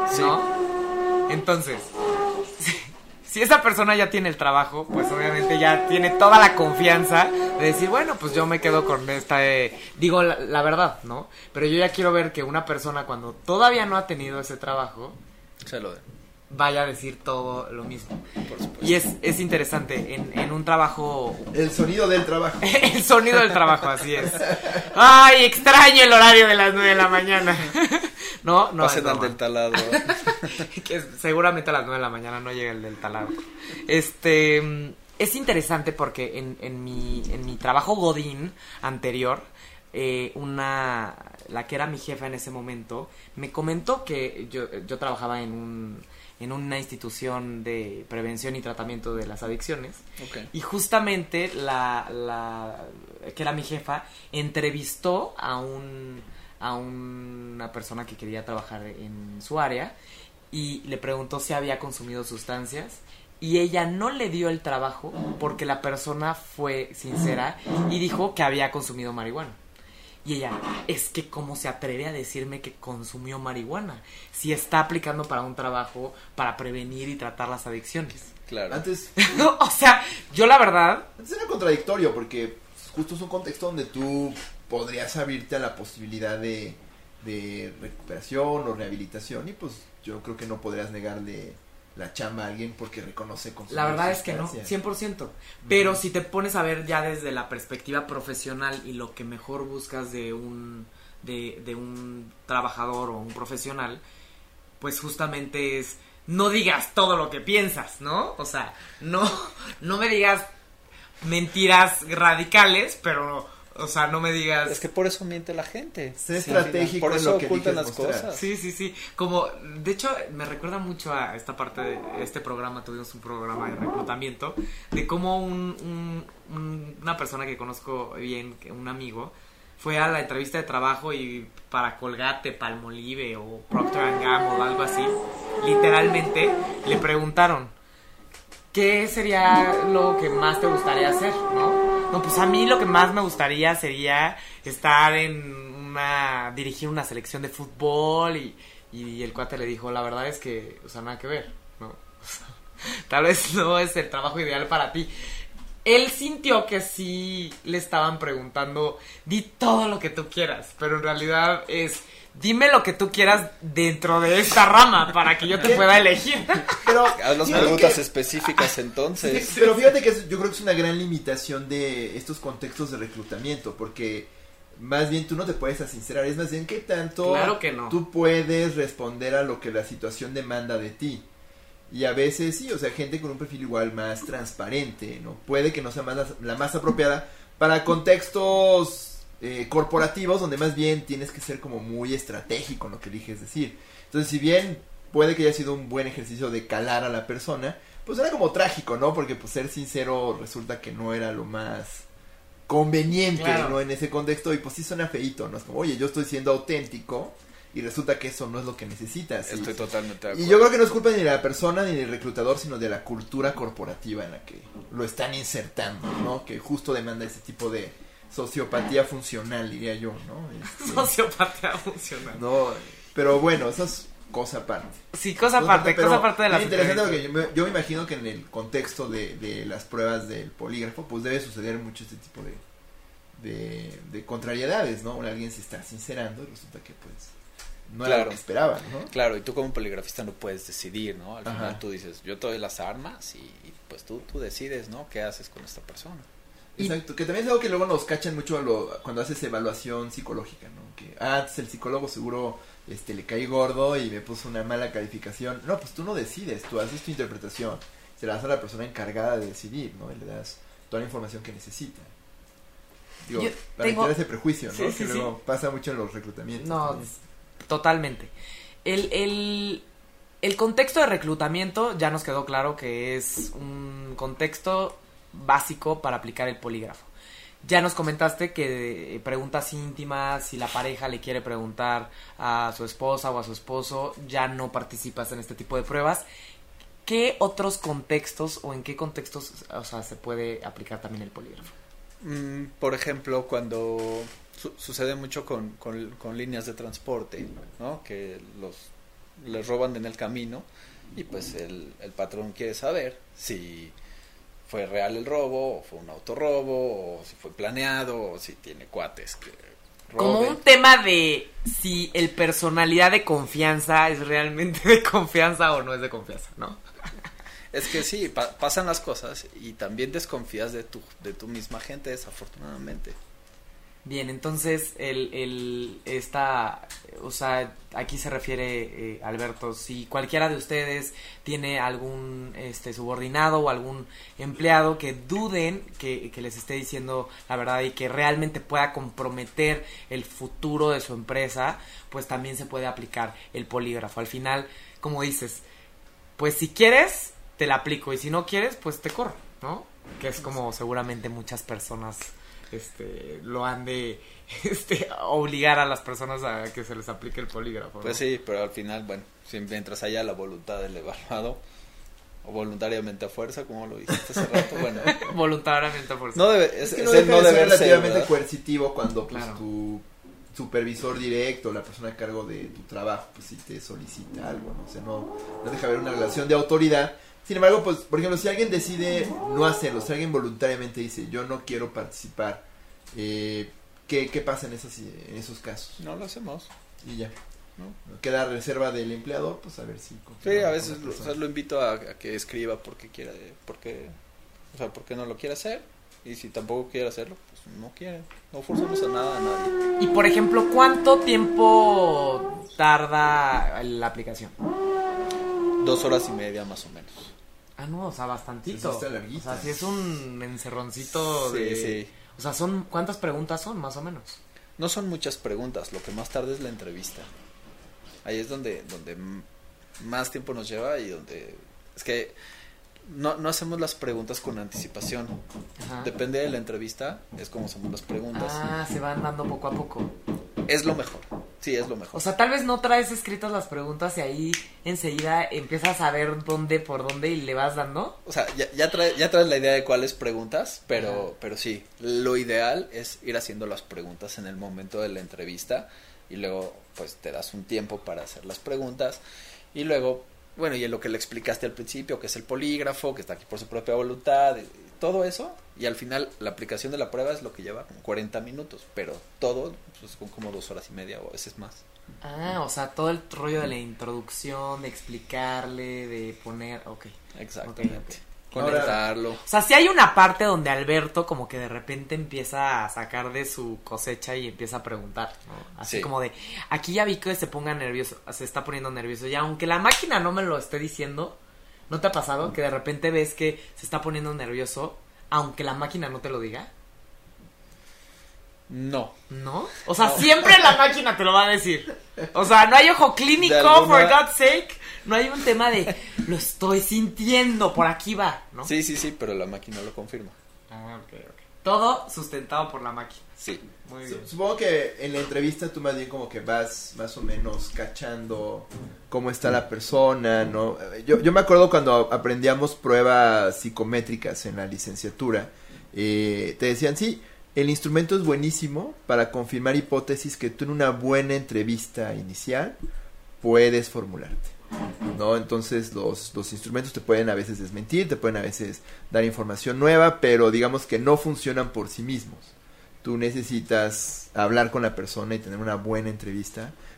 S2: ¿no? Entonces, si, si esa persona ya tiene el trabajo, pues obviamente ya tiene toda la confianza de decir, bueno, pues yo me quedo con esta, eh, digo la, la verdad, ¿no? Pero yo ya quiero ver que una persona cuando todavía no ha tenido ese trabajo,
S4: Se lo de,
S2: vaya a decir todo lo mismo.
S4: por supuesto.
S2: Y es, es interesante, en, en un trabajo...
S3: El sonido del trabajo.
S2: El sonido del trabajo, así es. Ay, extraño el horario de las nueve de la mañana. No, no.
S4: Pasen
S2: es
S4: al
S2: broma.
S4: del taladro.
S2: Que seguramente a las nueve de la mañana no llega el del taladro. Este, es interesante porque en, en mi, en mi trabajo godín anterior, eh, una, la que era mi jefa en ese momento, me comentó que yo, yo trabajaba en un, en una institución de prevención y tratamiento de las adicciones.
S4: Okay.
S2: Y justamente la, la que era mi jefa entrevistó a un a una persona que quería trabajar en su área y le preguntó si había consumido sustancias y ella no le dio el trabajo porque la persona fue sincera y dijo que había consumido marihuana. Y ella, es que cómo se atreve a decirme que consumió marihuana si está aplicando para un trabajo para prevenir y tratar las adicciones.
S4: Claro.
S3: Antes,
S2: O sea, yo la verdad...
S3: antes era contradictorio porque justo es un contexto donde tú podrías abrirte a la posibilidad de, de recuperación o rehabilitación y pues yo creo que no podrías negarle la chamba a alguien porque reconoce con
S2: La verdad es que no, cien por ciento. Pero uh-huh. si te pones a ver ya desde la perspectiva profesional y lo que mejor buscas de un de, de un trabajador o un profesional, pues justamente es no digas todo lo que piensas, ¿no? O sea, no no me digas mentiras radicales, pero o sea, no me digas...
S4: Es que por eso miente la gente.
S3: Sé estratégico
S4: por eso
S3: en lo que
S4: ocultan las
S3: mostrar.
S4: cosas.
S2: Sí, sí, sí. Como, de hecho, me recuerda mucho a esta parte de este programa. Tuvimos un programa de reclutamiento de cómo un, un, un, una persona que conozco bien, un amigo, fue a la entrevista de trabajo y para Colgate, Palmolive o Procter and Gamble o algo así, literalmente le preguntaron ¿qué sería lo que más te gustaría hacer, no? No, pues a mí lo que más me gustaría sería estar en una... dirigir una selección de fútbol y, y el cuate le dijo, la verdad es que, o sea, nada que ver, ¿no? O sea, tal vez no es el trabajo ideal para ti. Él sintió que sí le estaban preguntando, di todo lo que tú quieras, pero en realidad es... dime lo que tú quieras dentro de esta rama para que yo te pueda elegir.
S3: Pero
S4: haz las preguntas que... específicas entonces.
S3: Sí, pero fíjate que es, yo creo que es una gran limitación de estos contextos de reclutamiento, porque más bien tú no te puedes sincerar, es más bien qué tanto
S2: claro que no.
S3: tú puedes responder a lo que la situación demanda de ti. Y a veces sí, o sea, gente con un perfil igual más transparente, ¿no? Puede que no sea más la, la más apropiada para contextos... Eh, corporativos donde más bien tienes que ser como muy estratégico en lo que eliges decir. Entonces, si bien puede que haya sido un buen ejercicio de calar a la persona, pues era como trágico, ¿no? Porque pues ser sincero resulta que no era lo más conveniente, claro, ¿no? En ese contexto, y pues sí suena feíto, ¿no? Es como, oye, yo estoy siendo auténtico y resulta que eso no es lo que necesitas.
S4: Estoy
S3: y,
S4: totalmente de acuerdo.
S3: Y yo creo que no es culpa ni de la persona ni del reclutador, sino de la cultura corporativa en la que lo están insertando, ¿no? Que justo demanda ese tipo de sociopatía funcional, diría yo, ¿no? Este,
S2: sociopatía funcional.
S3: No, pero bueno, eso es cosa aparte.
S2: Sí, cosa aparte, cosa aparte de la...
S3: Es interesante porque yo me, yo me imagino que en el contexto de, de las pruebas del polígrafo, pues debe suceder mucho este tipo de, de, de contrariedades, ¿no? Alguien se está sincerando y resulta que pues no
S4: Claro.
S3: era lo que esperaban, ¿no?
S4: Claro, y tú como poligrafista no puedes decidir, ¿no? Al
S3: Ajá.
S4: final tú dices, yo te doy las armas y, y pues tú, tú decides, ¿no? ¿Qué haces con esta persona?
S3: Exacto, que también es algo que luego nos cachan mucho a lo, cuando haces evaluación psicológica, ¿no? Que, ah, antes el psicólogo seguro este le caí gordo y me puso una mala calificación. No, pues tú no decides, tú haces tu interpretación. Se la das a la persona encargada de decidir, ¿no? Y le das toda la información que necesita. Digo,
S2: Yo
S3: para
S2: tengo-
S3: quitar ese prejuicio, ¿no?
S2: Sí, sí,
S3: que
S2: sí.
S3: luego pasa mucho en los reclutamientos.
S2: No,
S3: también.
S2: totalmente. El, el, el contexto de reclutamiento ya nos quedó claro que es un contexto básico para aplicar el polígrafo. Ya nos comentaste que preguntas íntimas, si la pareja le quiere preguntar a su esposa o a su esposo, ya no participas en este tipo de pruebas. ¿Qué otros contextos o en qué contextos, o sea, se puede aplicar también el polígrafo?
S4: Mm, por ejemplo, cuando su- sucede mucho con, con, con líneas de transporte, ¿no? Que los les roban en el camino y pues el, el patrón quiere saber si fue real el robo, o fue un autorrobo, o si fue planeado, o si tiene cuates que
S2: Como
S4: roben.
S2: un tema de si el personalidad de confianza es realmente de confianza o no es de confianza, ¿no?
S4: Es que sí, pa- pasan las cosas y también desconfías de tu, de tu misma gente, desafortunadamente.
S2: Bien, entonces el, el esta, o sea, aquí se refiere eh, Alberto, si cualquiera de ustedes tiene algún este subordinado o algún empleado que duden que, que les esté diciendo la verdad y que realmente pueda comprometer el futuro de su empresa, pues también se puede aplicar el polígrafo. Al final, como dices, pues si quieres te la aplico y si no quieres, pues te corro, ¿no? Que es como seguramente muchas personas este lo han de este obligar a las personas a que se les aplique el polígrafo, ¿no?
S4: Pues sí, pero al final, bueno, si mientras haya la voluntad del evaluado, o voluntariamente a fuerza, como lo dijiste hace rato, bueno,
S2: Voluntariamente por
S4: no debe, es,
S3: Es que
S4: es
S3: no
S4: el
S3: deja
S4: no
S3: de ser
S4: deber ser,
S3: relativamente
S4: ¿verdad?
S3: coercitivo cuando pues,
S2: Claro.
S3: tu supervisor directo, la persona a cargo de tu trabajo, pues si te solicita algo, ¿no? O sea, no, no deja haber una relación de autoridad. Sin embargo, pues, por ejemplo, si alguien decide no hacerlo, si alguien voluntariamente dice, yo no quiero participar, eh, ¿qué, qué pasa en, esas, en esos casos?
S4: No lo hacemos,
S3: Y ya,
S4: ¿no?
S3: queda a reserva del empleador, pues a ver si...
S4: Sí,
S3: continúa
S4: a
S3: con
S4: veces
S3: la
S4: lo, o
S3: persona.
S4: sea, lo invito a, a que escriba porque quiera, porque, o sea, porque no lo quiere hacer, y si tampoco quiere hacerlo, pues no quiere, no forzamos a nada a nadie.
S2: Y por ejemplo, ¿cuánto tiempo tarda la aplicación?
S4: Dos horas y media más o menos.
S2: Ah, no, o sea, bastantito.
S3: Sí, está larguita.
S2: O sea, si es un encerroncito
S4: Sí,
S2: de...
S4: sí.
S2: O sea, son ¿cuántas preguntas son, más o menos?
S4: No son muchas preguntas, lo que más tarda es la entrevista. Ahí es donde, donde m- más tiempo nos lleva y donde... Es que no, no hacemos las preguntas con anticipación.
S2: Ajá.
S4: Depende de la entrevista, es como hacemos las preguntas.
S2: Ah, se van dando poco a poco.
S4: Es lo mejor, sí, es lo mejor.
S2: O sea, tal vez no traes escritas las preguntas y ahí enseguida empiezas a ver dónde por dónde y le vas dando.
S4: O sea, ya, ya, trae, ya traes la idea de cuáles preguntas, pero,
S2: Ajá.
S4: pero sí, lo ideal es ir haciendo las preguntas en el momento de la entrevista y luego pues te das un tiempo para hacer las preguntas y luego, bueno, y en lo que le explicaste al principio, que es el polígrafo, que está aquí por su propia voluntad, y todo eso, y al final la aplicación de la prueba es lo que lleva como cuarenta minutos, pero todo pues con como dos horas y media o a veces más.
S2: Ah, o sea, todo el rollo de la introducción, de explicarle, de poner, ok.
S4: Exactamente.
S2: Ok, ok.
S4: Conectarlo.
S2: O sea, si hay una parte donde Alberto como que de repente empieza a sacar de su cosecha y empieza a preguntar, ¿no? Así
S4: Sí.
S2: como de, aquí ya vi que se ponga nervioso, se está poniendo nervioso. Y aunque la máquina no me lo esté diciendo, ¿no te ha pasado que de repente ves que se está poniendo nervioso, aunque la máquina no te lo diga?
S4: No.
S2: ¿No? O sea,
S4: No.
S2: siempre la máquina te lo va a decir. O sea, no hay ojo clínico,
S4: De alguna-
S2: for God's sake. No hay un tema de, lo estoy sintiendo, por aquí va, ¿no?
S4: Sí, sí, sí, pero la máquina lo confirma.
S2: Ah, ok, ok. Todo sustentado por la máquina.
S4: Sí.
S2: Muy
S3: Su-
S2: bien.
S3: Supongo que en la entrevista tú más bien como que vas más o menos cachando cómo está la persona, ¿no? Yo, yo me acuerdo cuando aprendíamos pruebas psicométricas en la licenciatura, eh, te decían, sí, el instrumento es buenísimo para confirmar hipótesis que tú en una buena entrevista inicial puedes formularte, ¿no? Entonces los, los instrumentos te pueden a veces desmentir, te pueden a veces dar información nueva, pero digamos que no funcionan por sí mismos. Tú necesitas hablar con la persona y tener una buena entrevista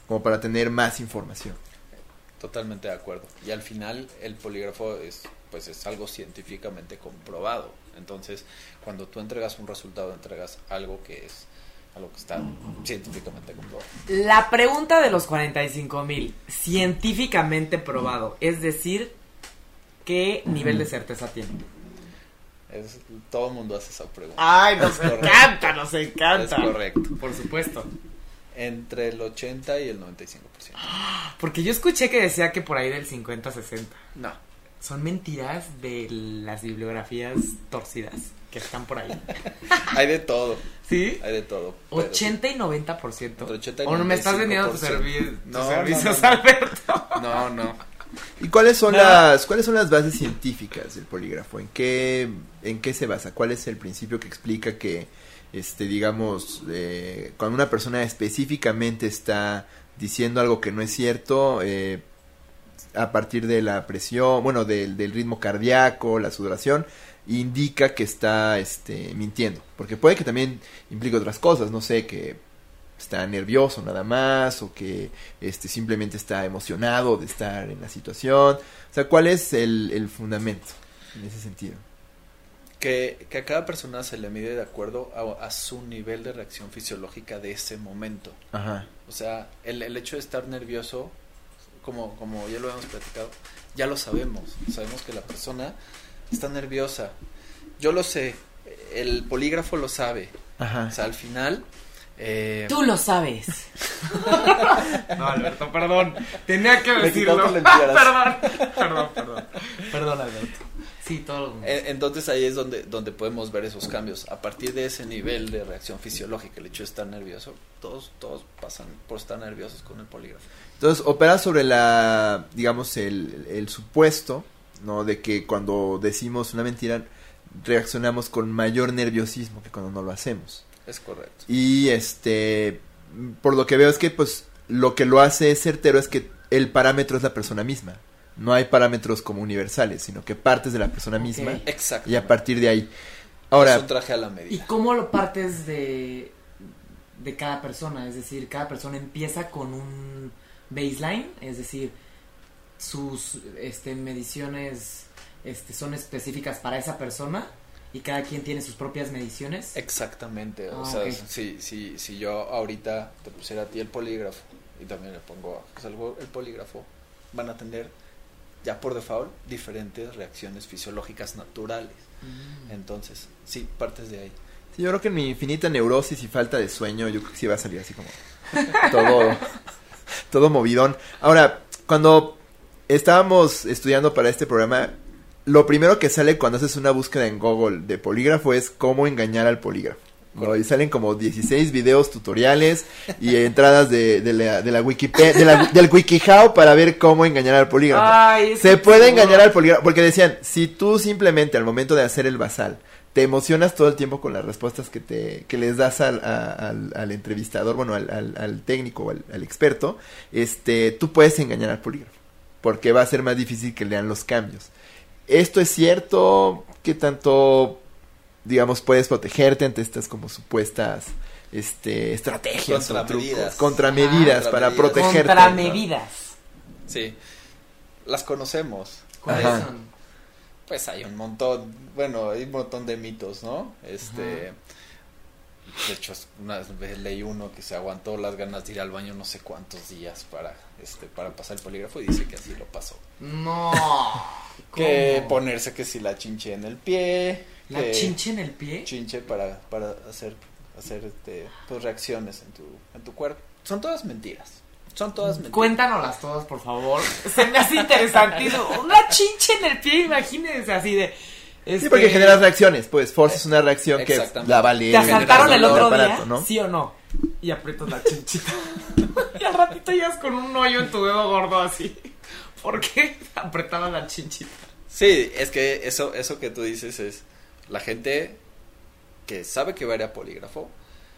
S3: como para tener más información.
S4: Totalmente de acuerdo. Y al final el polígrafo es, pues es algo científicamente comprobado. Entonces, cuando tú entregas un resultado, entregas algo que es algo que está científicamente comprobado.
S2: La pregunta de los cuarenta y cinco mil, científicamente probado, es decir, ¿qué nivel de certeza tiene?
S4: Es, todo el mundo hace esa pregunta.
S2: Ay, nos
S4: Es correcto.
S2: encanta, nos encanta.
S4: Es correcto.
S2: Por supuesto.
S4: Entre el ochenta y el noventa y cinco por ciento.
S2: Porque yo escuché que decía que por ahí del cincuenta a sesenta.
S4: No.
S2: Son mentiras de las bibliografías torcidas que están por ahí.
S4: Hay de todo.
S2: ¿Sí?
S4: Hay de todo. pero
S2: ochenta y noventa por ciento.
S4: Entre ochenta y
S2: ¿O no me estás vendiendo tus,
S4: noventa y cinco por
S2: servi-
S4: ciento.
S2: tus
S4: No, no,
S2: servicios,
S4: no, no.
S2: Alberto?
S4: No, no.
S3: ¿Y cuáles son
S2: No.
S3: las cuáles son las bases científicas del polígrafo? ¿En qué en qué se basa? ¿Cuál es el principio que explica que este digamos eh, cuando una persona específicamente está diciendo algo que no es cierto eh, a partir de la presión, bueno, del, del ritmo cardíaco, la sudoración, indica que está este mintiendo? Porque puede que también implique otras cosas, no sé, que está nervioso nada más, o que este simplemente está emocionado de estar en la situación. O sea, ¿cuál es el, el fundamento en ese sentido?
S4: Que, que a cada persona se le mide de acuerdo a, a su nivel de reacción fisiológica de ese momento.
S3: Ajá.
S4: O sea, el, el hecho de estar nervioso, como, como ya lo hemos platicado, ya lo sabemos. Sabemos que la persona está nerviosa. Yo lo sé, el polígrafo lo sabe.
S3: Ajá.
S4: O sea, al final... Eh,
S2: Tú lo sabes. No, Alberto, perdón. Tenía que
S4: Me
S2: decirlo.
S4: quitaste la entidad.
S2: Perdón, perdón, perdón. Perdón, Alberto. Sí, todo lo
S4: eh, entonces ahí es donde, donde podemos ver esos cambios. A partir de ese nivel de reacción fisiológica, el hecho de estar nervioso, todos, todos pasan por estar nerviosos con el polígrafo.
S3: Entonces, opera sobre la, digamos, el, el supuesto, ¿no? De que cuando decimos una mentira, reaccionamos con mayor nerviosismo que cuando no lo hacemos.
S4: Es correcto.
S3: Y este, por lo que veo es que pues lo que lo hace certero es que el parámetro es la persona misma. No hay parámetros como universales, sino que partes de la persona misma.
S2: Ok.
S4: Exacto.
S3: Y a partir de ahí. Ahora,
S4: Es un traje a la
S2: ¿Y
S4: medida.
S2: cómo lo partes de, de cada persona? Es decir, cada persona empieza con un baseline, es decir, sus este, mediciones este, son específicas para esa persona y cada quien tiene sus propias mediciones.
S4: Exactamente. O
S2: Ah,
S4: sea,
S2: ok.
S4: si, si, si yo ahorita te pusiera a ti el polígrafo y también le pongo a José el polígrafo, van a tener ya por default diferentes reacciones fisiológicas naturales.
S2: Mm.
S4: Entonces, sí, partes de ahí.
S3: sí, yo creo que en mi infinita neurosis y falta de sueño, yo creo que sí va a salir así como todo, todo movidón. Ahora, cuando estábamos estudiando para este programa, lo primero que sale cuando haces una búsqueda en Google de polígrafo es cómo engañar al polígrafo, ¿no? Y salen como dieciséis videos tutoriales y entradas de, de la, de la Wikipedia, de la, del WikiHow para ver cómo engañar al polígrafo.
S2: Ay, ese
S3: Se puede
S2: seguro.
S3: engañar al polígrafo, porque decían, si tú simplemente al momento de hacer el basal te emocionas todo el tiempo con las respuestas que te que les das al, a, al, al entrevistador, bueno, al, al, al técnico o al, al experto, este, tú puedes engañar al polígrafo, porque va a ser más difícil que lean los cambios. ¿Esto es cierto? ¿Qué tanto, digamos, puedes protegerte ante estas como supuestas este, estrategias o
S4: Contramedidas.
S3: trucos, contramedidas
S4: Ah,
S3: para
S4: contramedidas.
S3: protegerte?
S2: Contramedidas.
S4: Sí, las conocemos.
S2: ¿Cuáles
S3: Ajá.
S2: son?
S4: Pues hay un montón, bueno, hay un montón de mitos, ¿no? Este, de hecho, una vez leí uno que se aguantó las ganas de ir al baño no sé cuántos días para, este, para pasar el polígrafo y dice que así lo pasó.
S2: No.
S4: Que
S2: ¿Cómo?
S4: ponerse que si la chinche en el pie,
S2: ¿La
S4: que
S2: chinche en el pie?
S4: chinche para, para hacer, hacer este, pues, reacciones en tu, en tu cuerpo. Son todas mentiras. Son todas mentiras.
S2: Cuéntanoslas todas, por favor. Se me hace interesantísimo. Una chinche en el pie, imagínense así de...
S3: Sí,
S2: este,
S3: porque generas reacciones, pues forzas una reacción que
S4: Exactamente.
S3: la vale.
S2: ¿Te asaltaron el otro día?
S3: aparato, ¿no?
S2: ¿Sí o no? Y aprietas la chinchita. Y al ratito llegas con un hoyo en tu dedo gordo así. ¿Por qué apretabas la chinchita?
S4: Sí, es que eso, eso que tú dices es la gente que sabe que va a ir a polígrafo,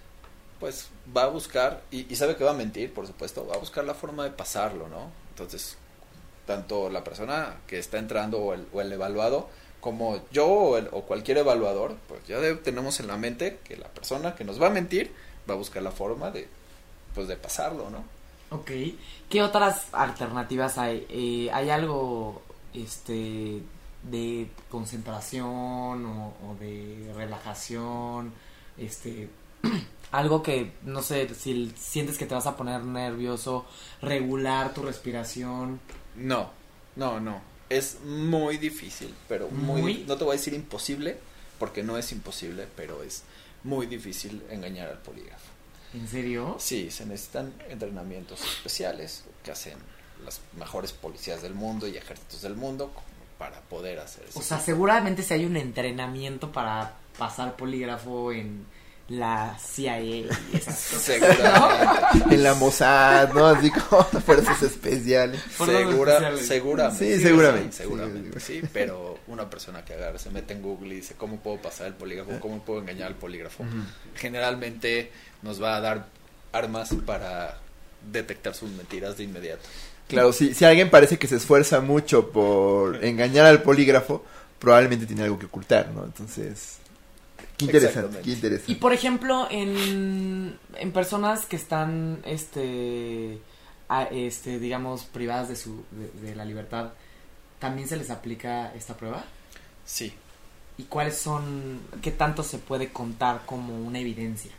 S4: pues va a buscar, y, y sabe que va a mentir, por supuesto, va a buscar la forma de pasarlo, ¿no? Entonces, tanto la persona que está entrando o el, o el evaluado, como yo o, el, o cualquier evaluador, pues ya de, tenemos en la mente que la persona que nos va a mentir va a buscar la forma de, pues de pasarlo, ¿no?
S2: Ok. ¿Qué otras alternativas hay? Eh, ¿Hay algo este de concentración o, o de relajación? Este... algo que, no sé, si sientes que te vas a poner nervioso, regular tu respiración.
S4: No, no, no. Es muy difícil, pero muy,
S2: ¿Muy?
S4: dif- no te voy a decir imposible, porque no es imposible, pero es muy difícil engañar al polígrafo.
S2: ¿En serio?
S4: Sí, se necesitan entrenamientos especiales que hacen las mejores policías del mundo y ejércitos del mundo para poder hacer eso.
S2: O sea, seguramente si hay un entrenamiento para pasar polígrafo en la C I A y esas cosas.
S4: Seguramente.
S3: En la Mossad, ¿no? Así como fuerzas especiales.
S2: Fuerzas
S4: Segura,
S2: especiales.
S4: seguramente.
S3: Sí, seguramente.
S4: Sí, seguramente, sí, pero una persona que agarra, se mete en Google y dice, ¿cómo puedo pasar el polígrafo? ¿Cómo puedo engañar al polígrafo?
S3: Ujú.
S4: Generalmente nos va a dar armas para detectar sus mentiras de inmediato.
S3: Claro, si, si alguien parece que se esfuerza mucho por engañar al polígrafo, probablemente tiene algo que ocultar, ¿no? Entonces, qué interesante,
S4: Exactamente.
S3: qué interesante.
S2: Y por ejemplo, en, en personas que están, este, a- este, digamos, privadas de su, de, de la libertad, ¿también se les aplica esta prueba?
S4: Sí.
S2: ¿Y cuáles son, qué tanto se puede contar como una evidencia?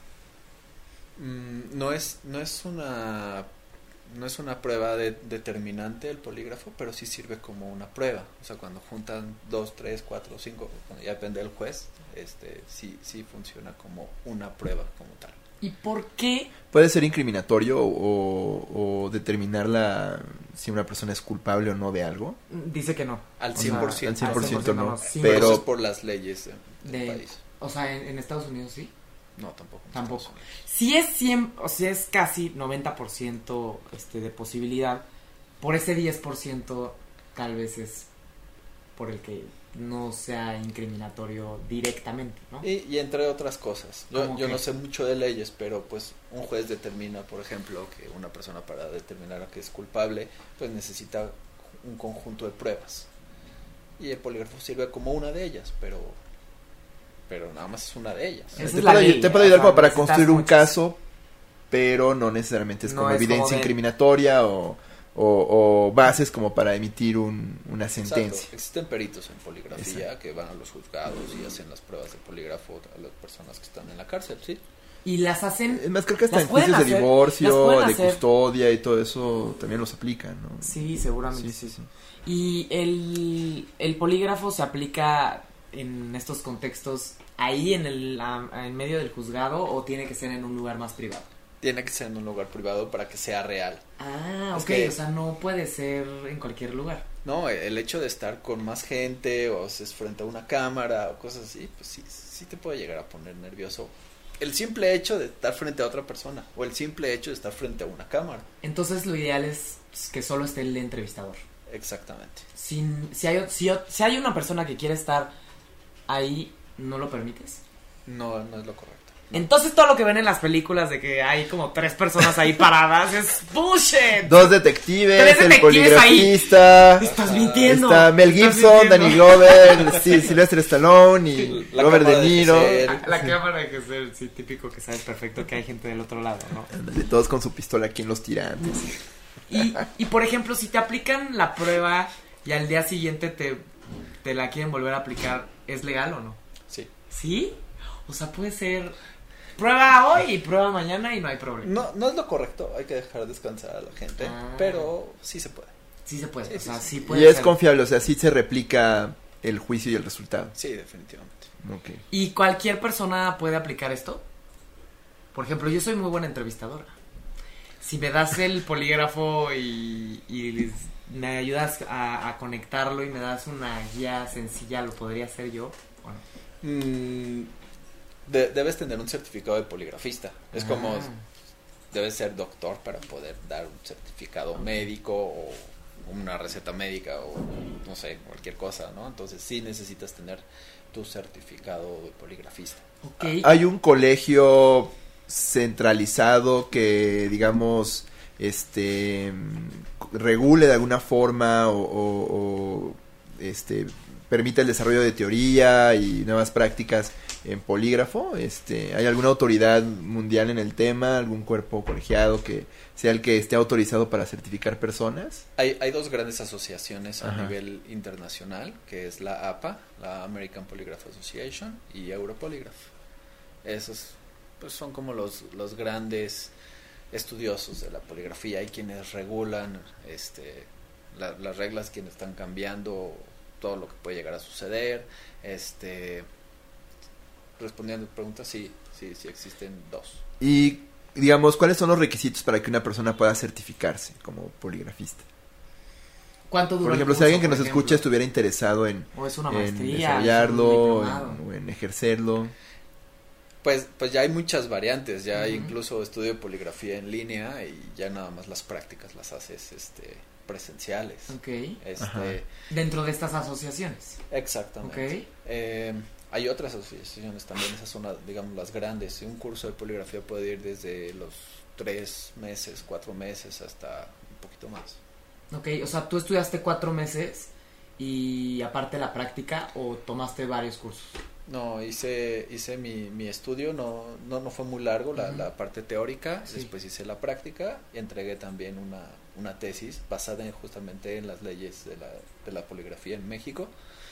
S4: Mm, no es, no es una no es una prueba de, determinante el polígrafo, pero sí sirve como una prueba. O sea, cuando juntan dos, tres, cuatro, cinco, bueno, ya depende del juez, este, sí, sí funciona como una prueba como tal.
S2: ¿Y por qué?
S3: Puede ser incriminatorio o, o determinar la, si una persona es culpable o no de algo.
S2: Dice que no.
S4: Al
S2: O sea,
S4: cien por ciento.
S3: Al cien por ciento no,
S2: sí.
S3: pero-
S4: Pero eso es por las leyes de- del
S2: De-
S4: país.
S2: O sea, en, en Estados Unidos sí.
S4: No, tampoco. en
S2: Tampoco.
S4: Estados Unidos.
S2: Si es cien, o sea, es casi noventa por ciento este, de posibilidad, por ese diez por ciento tal vez es por el que no sea incriminatorio directamente, ¿no?
S4: Y, y entre otras cosas. Yo,
S2: ¿Cómo
S4: yo
S2: qué?
S4: no sé mucho de leyes, pero pues un juez determina, por ejemplo, que una persona para determinar a que es culpable, pues necesita un conjunto de pruebas. Y el polígrafo sirve como una de ellas, pero pero nada más es una de ellas.
S2: Esa
S3: te,
S2: es la
S3: puede,
S2: ley,
S3: te puede
S2: o
S3: ayudar
S2: sea,
S3: como para
S2: necesitas
S3: construir un
S2: muchas.
S3: caso, pero no necesariamente es
S2: No
S3: como
S2: es
S3: evidencia
S2: como de-
S3: incriminatoria o, o, o bases como para emitir un, una
S4: Exacto.
S3: sentencia.
S4: Existen peritos en poligrafía
S3: Exacto.
S4: que van a los juzgados y hacen las pruebas de polígrafo a las personas que están en la cárcel, ¿sí?
S2: Y las hacen...
S3: Es más, creo que hasta
S2: Las
S3: en juicios
S2: pueden
S3: de
S2: hacer, las
S3: divorcio,
S2: pueden
S3: de
S2: hacer.
S3: custodia y todo eso también los aplican, ¿no?
S2: Sí, seguramente.
S3: Sí, sí, sí.
S2: Y el, el polígrafo se aplica en estos contextos ahí en el a- en medio del juzgado o tiene que ser en un lugar más privado.
S4: Tiene que ser en un lugar privado para que sea real.
S2: Ah,
S4: Es
S2: ok,
S4: que-
S2: o sea, no puede ser en cualquier lugar.
S4: No, el hecho de estar con más gente o si es frente a una cámara o cosas así, pues sí, sí te puede llegar a poner nervioso. El simple hecho de estar frente a otra persona o el simple hecho de estar frente a una cámara.
S2: Entonces lo ideal es que solo esté el entrevistador.
S4: Exactamente.
S2: Sin, si, hay, si, si hay una persona que quiere estar ahí, ¿no lo permites?
S4: No, no es lo correcto. No.
S2: Entonces todo lo que ven en las películas de que hay como tres personas ahí paradas es bullshit.
S3: Dos detectives,
S2: Tres
S3: el
S2: detectives ahí.
S3: poligrafista.
S2: Estás
S4: Ah,
S2: mintiendo.
S3: Está Mel
S2: Estás
S3: Gibson,
S2: mintiendo.
S3: Danny Glover, sí, Sylvester Stallone y
S4: La
S3: Robert
S4: cámara
S3: De
S4: de
S3: Niro.
S4: Giselle.
S2: La cámara de que es el sí, típico que sabes perfecto que hay gente del otro lado, ¿no?
S3: Ándale, todos con su pistola aquí en los tirantes.
S2: Y, y por ejemplo, si te aplican la prueba y al día siguiente te, te la quieren volver a aplicar, ¿es legal o no?
S4: Sí.
S2: ¿Sí? O sea, puede ser prueba hoy y prueba mañana y no hay problema.
S4: No, no es lo correcto, hay que dejar descansar a la gente,
S2: Ah.
S4: pero sí se puede.
S2: Sí se puede,
S4: Sí,
S2: o sea,
S4: sí,
S2: sí,
S4: sí.
S2: puede
S3: Y es
S2: ser.
S3: confiable, o sea, sí se replica el juicio y el resultado.
S4: Sí, definitivamente.
S3: Ok.
S2: ¿Y cualquier persona puede aplicar esto? Por ejemplo, yo soy muy buena entrevistadora. Si me das el polígrafo y, y me ayudas a, a conectarlo y me das una guía sencilla, ¿lo podría hacer yo? ¿O no?
S4: Mm, de- debes tener un certificado de poligrafista. Es como
S2: Ah.
S4: debes ser doctor para poder dar un certificado médico o una receta médica o no sé, cualquier cosa, ¿no? Entonces sí necesitas tener tu certificado de poligrafista.
S2: Ok.
S3: Hay un colegio centralizado que, digamos, este regule de alguna forma o, o- o, este permite el desarrollo de teoría y nuevas prácticas en polígrafo. Este, ¿hay alguna autoridad mundial en el tema, algún cuerpo colegiado que sea el que esté autorizado para certificar personas?
S4: Hay, hay dos grandes asociaciones a
S3: Ajá.
S4: nivel internacional, que es la A P A, la American Polygraph Association, y Europolygraph. Esos pues son como los, los grandes estudiosos de la poligrafía. Hay quienes regulan este, la, las reglas, quienes están cambiando todo lo que puede llegar a suceder. Este, respondiendo a preguntas, sí, sí, sí existen dos.
S3: Y, digamos, ¿cuáles son los requisitos para que una persona pueda certificarse como poligrafista?
S2: ¿Cuánto dura
S3: Por
S2: el
S3: ejemplo, si
S2: curso,
S3: alguien que
S2: por
S3: nos
S2: ejemplo?
S3: escucha estuviera interesado en,
S2: O es una
S3: en
S2: maestría,
S3: desarrollarlo,
S2: es un diplomado.
S3: en, o en ejercerlo.
S4: Pues, pues ya hay muchas variantes, ya hay
S2: Ujú.
S4: incluso estudio de poligrafía en línea y ya nada más las prácticas las haces este, presenciales.
S2: Ok.
S3: Ajá.
S4: Este,
S2: Dentro de estas asociaciones.
S4: exactamente.
S2: Ok.
S4: Eh, hay otras asociaciones también, esas son, las, digamos, las grandes. Un curso de poligrafía puede ir desde los tres meses, cuatro meses, hasta un poquito más.
S2: Ok, o sea, tú estudiaste cuatro meses y aparte la práctica, o tomaste varios cursos.
S4: No, hice hice mi, mi estudio, no, no no fue muy largo, la,
S2: Ujú.
S4: la parte teórica,
S2: Sí.
S4: después hice la práctica y entregué también una, una tesis basada en, justamente en las leyes de la, de la poligrafía en México,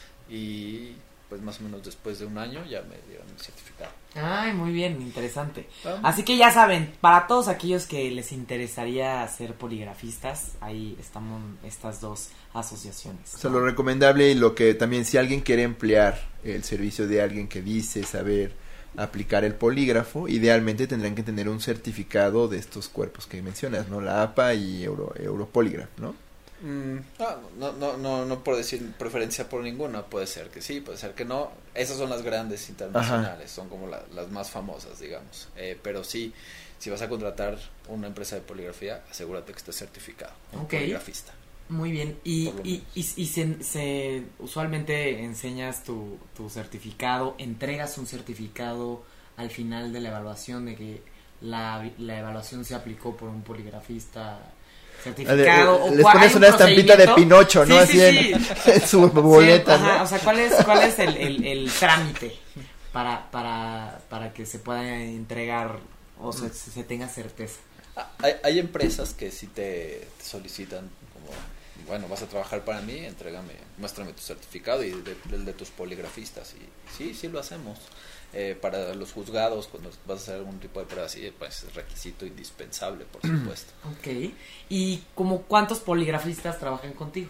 S4: y pues más o menos después de un año ya me dieron el certificado.
S2: Ay, muy bien, interesante.
S4: Ah,
S2: Así que ya saben, para todos aquellos que les interesaría ser poligrafistas, ahí estamos estas dos asociaciones.
S3: O sea, lo recomendable y lo que también, si alguien quiere emplear el servicio de alguien que dice saber aplicar el polígrafo, idealmente tendrán que tener un certificado de estos cuerpos que mencionas, ¿no? La A P A y Euro, Europolygraph, ¿no?
S4: Mm, no, no, no, no por decir preferencia por ninguna, puede ser que sí, puede ser que no. Esas son las grandes internacionales, Ajá. son como la, las más famosas, digamos. Eh, pero sí, si vas a contratar una empresa de poligrafía, asegúrate que estés certificado como
S2: okay.
S4: poligrafista.
S2: Muy bien, y, y, y, y se, se usualmente enseñas tu, tu certificado, entregas un certificado al final de la evaluación de que la, la evaluación se aplicó por un poligrafista certificado.
S3: Les pones una estampita de Pinocho, ¿no?
S2: Sí,
S3: Así
S2: sí,
S3: en,
S2: sí.
S3: en su boleta,
S2: sí, ajá,
S3: ¿no?
S2: o sea, ¿cuál es, cuál es el, el, el trámite para, para, para que se pueda entregar o se, se tenga certeza?
S4: Ah, hay, hay empresas que sí te, te solicitan como, bueno, vas a trabajar para mí, entrégame, muéstrame tu certificado y el de, de, de tus poligrafistas. Y sí, sí lo hacemos. Eh, para los juzgados, cuando vas a hacer algún tipo de prueba así, pues es requisito indispensable, por supuesto.
S2: Ok. ¿Y como cuántos poligrafistas trabajan contigo?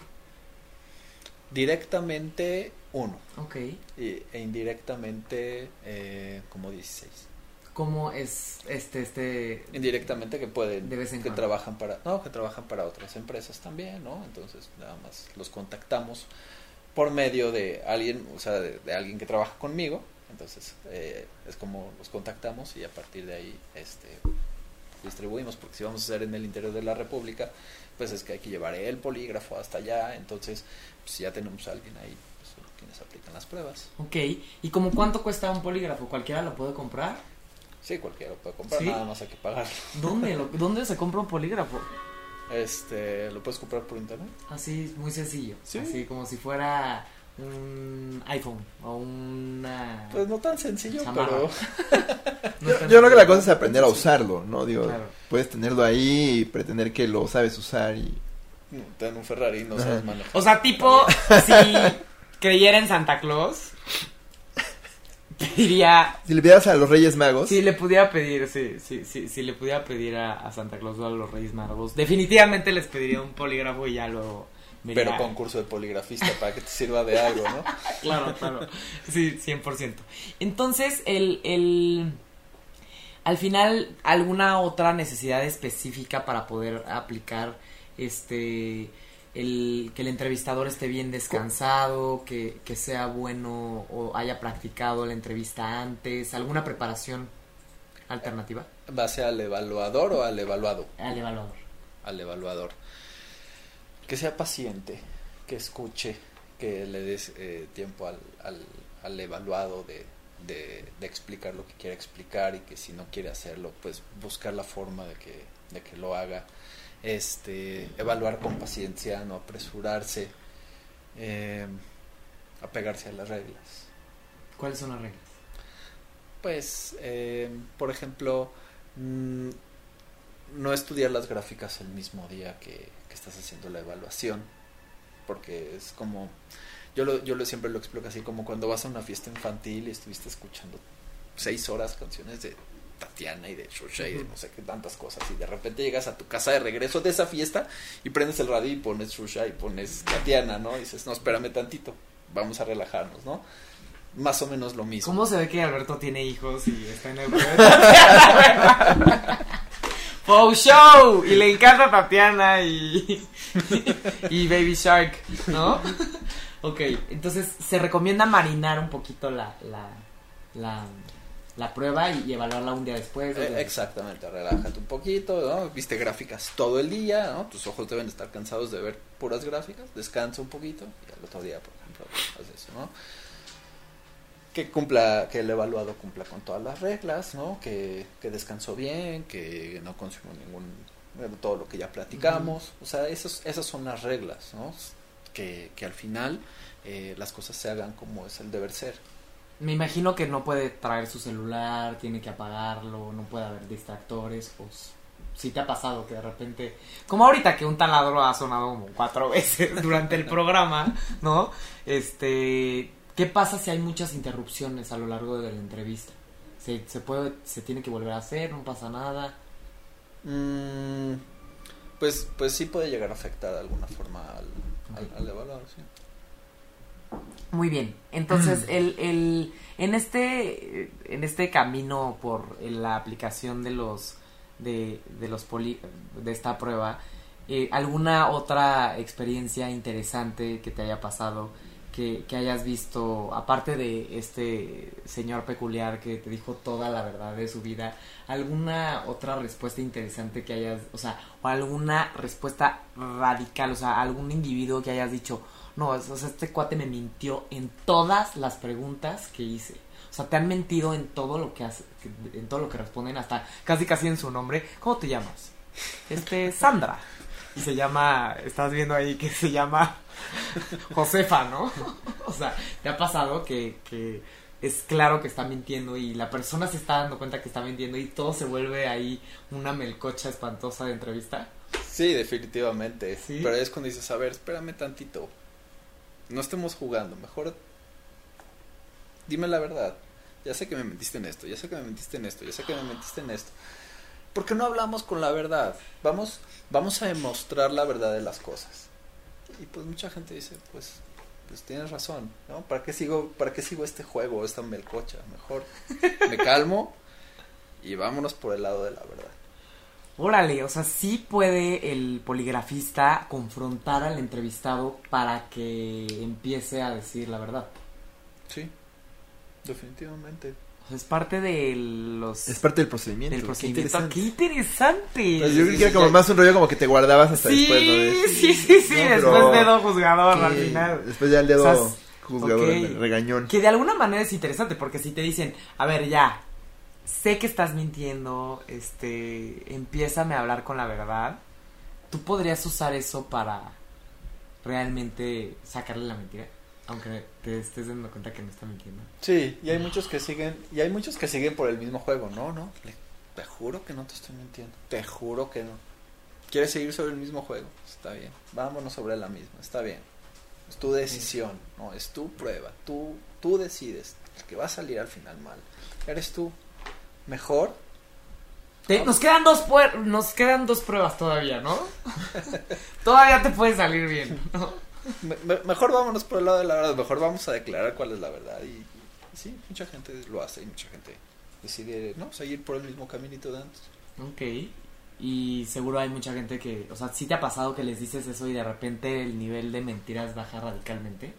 S4: Directamente uno.
S2: Ok.
S4: Y, e indirectamente eh, como dieciséis.
S2: ¿Cómo es este este
S4: indirectamente que pueden
S2: de vez en
S4: que
S2: cuando.
S4: trabajan para no que trabajan para otras empresas también, ¿no? Entonces nada más los contactamos por medio de alguien, o sea, de, de alguien que trabaja conmigo. Entonces eh, es como los contactamos y a partir de ahí este distribuimos, porque si vamos a hacer en el interior de la República, pues es que hay que llevar el polígrafo hasta allá. Entonces pues, si ya tenemos a alguien ahí, pues son quienes aplican las pruebas.
S2: Ok. ¿Y como cuánto cuesta un polígrafo? ¿Cualquiera lo puede comprar?
S4: Sí, cualquiera lo puede comprar,
S2: ¿Sí?
S4: nada más hay que pagar.
S2: ¿Dónde, lo, ¿Dónde se compra un polígrafo?
S4: Este, lo puedes comprar por internet.
S2: Así, muy sencillo.
S4: ¿Sí?
S2: Así como si fuera un iPhone o una...
S4: Pues no tan sencillo,
S2: chamarra.
S4: pero...
S2: No
S3: Yo,
S2: tan
S3: yo creo que la
S2: sencillo.
S3: cosa es aprender a usarlo, ¿no? Digo,
S2: Claro.
S3: puedes tenerlo ahí y pretender que lo sabes usar y...
S4: Te dan un Ferrari y no sabes manejar.
S2: O sea, tipo, si creyera en Santa Claus, diría...
S3: Si le pidieras a los Reyes Magos...
S2: Si le pudiera pedir, sí, sí, sí, si le pudiera pedir a, a Santa Claus o a los Reyes Magos, definitivamente les pediría un polígrafo y ya luego... vería-
S4: Pero concurso de poligrafista para que te sirva de algo, ¿no?
S2: Claro, claro. Sí, cien por ciento. Entonces, el, el... Al final, ¿alguna otra necesidad específica para poder aplicar este... El, que el entrevistador esté bien descansado, que, que sea bueno o haya practicado la entrevista antes? ¿Alguna preparación alternativa?
S4: ¿Base al evaluador o al evaluado?
S2: Al evaluador.
S4: Al evaluador. Que sea paciente, que escuche, que le des eh, tiempo al, al, al evaluado de, de, de explicar lo que quiere explicar, y que si no quiere hacerlo, pues buscar la forma de que, de que lo haga. Este, evaluar con paciencia, no apresurarse. Eh, apegarse a las reglas.
S2: ¿Cuáles son las reglas?
S4: Pues, eh, por ejemplo, mmm, no estudiar las gráficas el mismo día que, que estás haciendo la evaluación, porque es como, yo lo, yo lo siempre lo explico así, como cuando vas a una fiesta infantil y estuviste escuchando seis horas canciones de Tatiana y de Xuxa y de no sé qué tantas cosas, y de repente llegas a tu casa de regreso de esa fiesta y prendes el radio y pones Xuxa y pones Tatiana, ¿no? Y dices, no, espérame tantito, vamos a relajarnos, ¿no? Más o menos lo mismo.
S2: ¿Cómo se ve que Alberto tiene hijos y está en el Faux Show y le encanta Tatiana y y Baby Shark, ¿no? Ok, entonces se recomienda marinar un poquito la la la, la prueba y, y evaluarla un día después.
S4: Eh,
S2: día
S4: exactamente, después. Relájate un poquito, ¿no? Viste gráficas todo el día, ¿no? Tus ojos deben estar cansados de ver puras gráficas, descansa un poquito y al otro día, por ejemplo, haz eso, ¿no? Que cumpla, que el evaluado cumpla con todas las reglas, ¿no? Que, que descansó bien, que no consumió ningún, todo lo que ya platicamos, uh-huh. O sea, esos, esas son las reglas, ¿no? Que, que al final eh, las cosas se hagan como es el deber ser.
S2: Me imagino que no puede traer su celular, tiene que apagarlo, no puede haber distractores, o si te ha pasado que de repente, como ahorita que un taladro ha sonado como cuatro veces durante el programa, ¿no? Este, ¿qué pasa si hay muchas interrupciones a lo largo de la entrevista? ¿Se, se puede, se tiene que volver a hacer, no pasa nada?
S4: Mm, pues, pues sí puede llegar a afectar de alguna forma al, al, al evaluador, sí.
S2: Muy bien, entonces el, el en este en este camino por la aplicación de los de, de los poli, de esta prueba, eh, alguna otra experiencia interesante que te haya pasado, que, que hayas visto, aparte de este señor peculiar que te dijo toda la verdad de su vida, alguna otra respuesta interesante que hayas, o sea, o alguna respuesta radical, o sea, algún individuo que hayas dicho, no, o sea, este cuate me mintió en todas las preguntas que hice. O sea, te han mentido en todo lo que hace, en todo lo que responden, hasta casi casi en su nombre. ¿Cómo te llamas? Este, Sandra. Y se llama, estás viendo ahí que se llama Josefa, ¿no? O sea, ¿te ha pasado que, que es claro que está mintiendo y la persona se está dando cuenta que está mintiendo y todo se vuelve ahí una melcocha espantosa de entrevista?
S4: Sí, definitivamente.
S2: ¿Sí?
S4: Pero es cuando dices, a ver, espérame tantito. No estemos jugando, mejor dime la verdad. Ya sé que me mentiste en esto, ya sé que me mentiste en esto, ya sé que me mentiste en esto. ¿Por qué no hablamos con la verdad? Vamos, vamos a demostrar la verdad de las cosas. Y pues mucha gente dice, pues, pues tienes razón, ¿no? ¿Para qué sigo, para qué sigo este juego, esta melcocha? Mejor me calmo y vámonos por el lado de la verdad.
S2: Órale, o sea, sí puede el poligrafista confrontar al entrevistado para que empiece a decir la verdad.
S4: Sí, definitivamente.
S2: O sea, es parte de los...
S3: Es parte del procedimiento.
S2: Del procedimiento.
S3: Qué interesante.
S2: ¡Qué interesante!
S3: Pues yo creo que era como más un rollo como que te guardabas hasta
S2: sí,
S3: después, ¿no? De,
S2: sí, sí, sí,
S3: no,
S2: después dedo juzgador al final.
S3: Después ya el dedo
S2: O sea,
S3: juzgador,
S2: okay.
S3: el regañón.
S2: Que de alguna manera es interesante, porque si te dicen, a ver, ya, sé que estás mintiendo, este, empiézame a hablar con la verdad, tú podrías usar eso para realmente sacarle la mentira, aunque te estés dando cuenta que no está mintiendo.
S4: Sí, y hay muchos que siguen, y hay muchos que siguen por el mismo juego, no, no, le, te juro que no te estoy mintiendo, te juro que no. ¿Quieres seguir sobre el mismo juego? Está bien, vámonos sobre la misma, está bien. Es tu decisión, no, es tu prueba, tú, tú decides, el que va a salir al final mal, eres tú. Mejor.
S2: Te, nos quedan dos puer- nos quedan dos pruebas todavía, ¿no? Todavía te puede salir bien, ¿no?
S4: Me, me, mejor vámonos por el lado de la verdad, mejor vamos a declarar cuál es la verdad. Y, y sí, mucha gente lo hace y mucha gente decide, ¿no? Seguir por el mismo caminito de antes.
S2: Ok. Y seguro hay mucha gente que, o sea, ¿sí te ha pasado que les dices eso y de repente el nivel de mentiras baja radicalmente?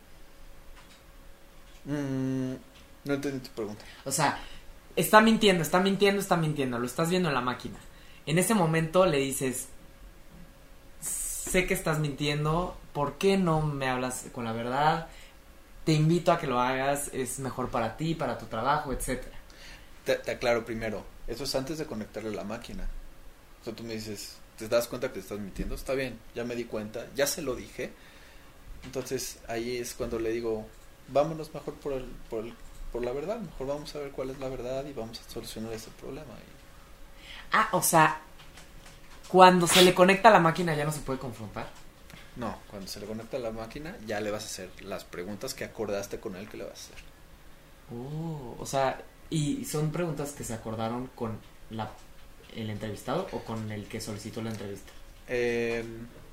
S4: Mm, no entendí tu pregunta.
S2: O sea, está mintiendo, está mintiendo, está mintiendo, lo estás viendo en la máquina. En ese momento le dices, sé que estás mintiendo, ¿por qué no me hablas con la verdad? Te invito a que lo hagas, es mejor para ti, para tu trabajo, etcétera.
S4: Te, te aclaro primero, eso es antes de conectarle a la máquina. O sea, tú me dices, ¿te das cuenta que te estás mintiendo? Está bien, ya me di cuenta, ya se lo dije. Entonces ahí es cuando le digo, vámonos mejor por el, por el, por la verdad, mejor vamos a ver cuál es la verdad y vamos a solucionar ese problema. Y...
S2: Ah, o sea, cuando se le conecta a la máquina ya no se puede confrontar.
S4: No, cuando se le conecta a la máquina ya le vas a hacer las preguntas que acordaste con él que le vas a hacer.
S2: Oh, o sea, ¿y son preguntas que se acordaron con la, el entrevistado o con el que solicitó la entrevista?
S4: Eh,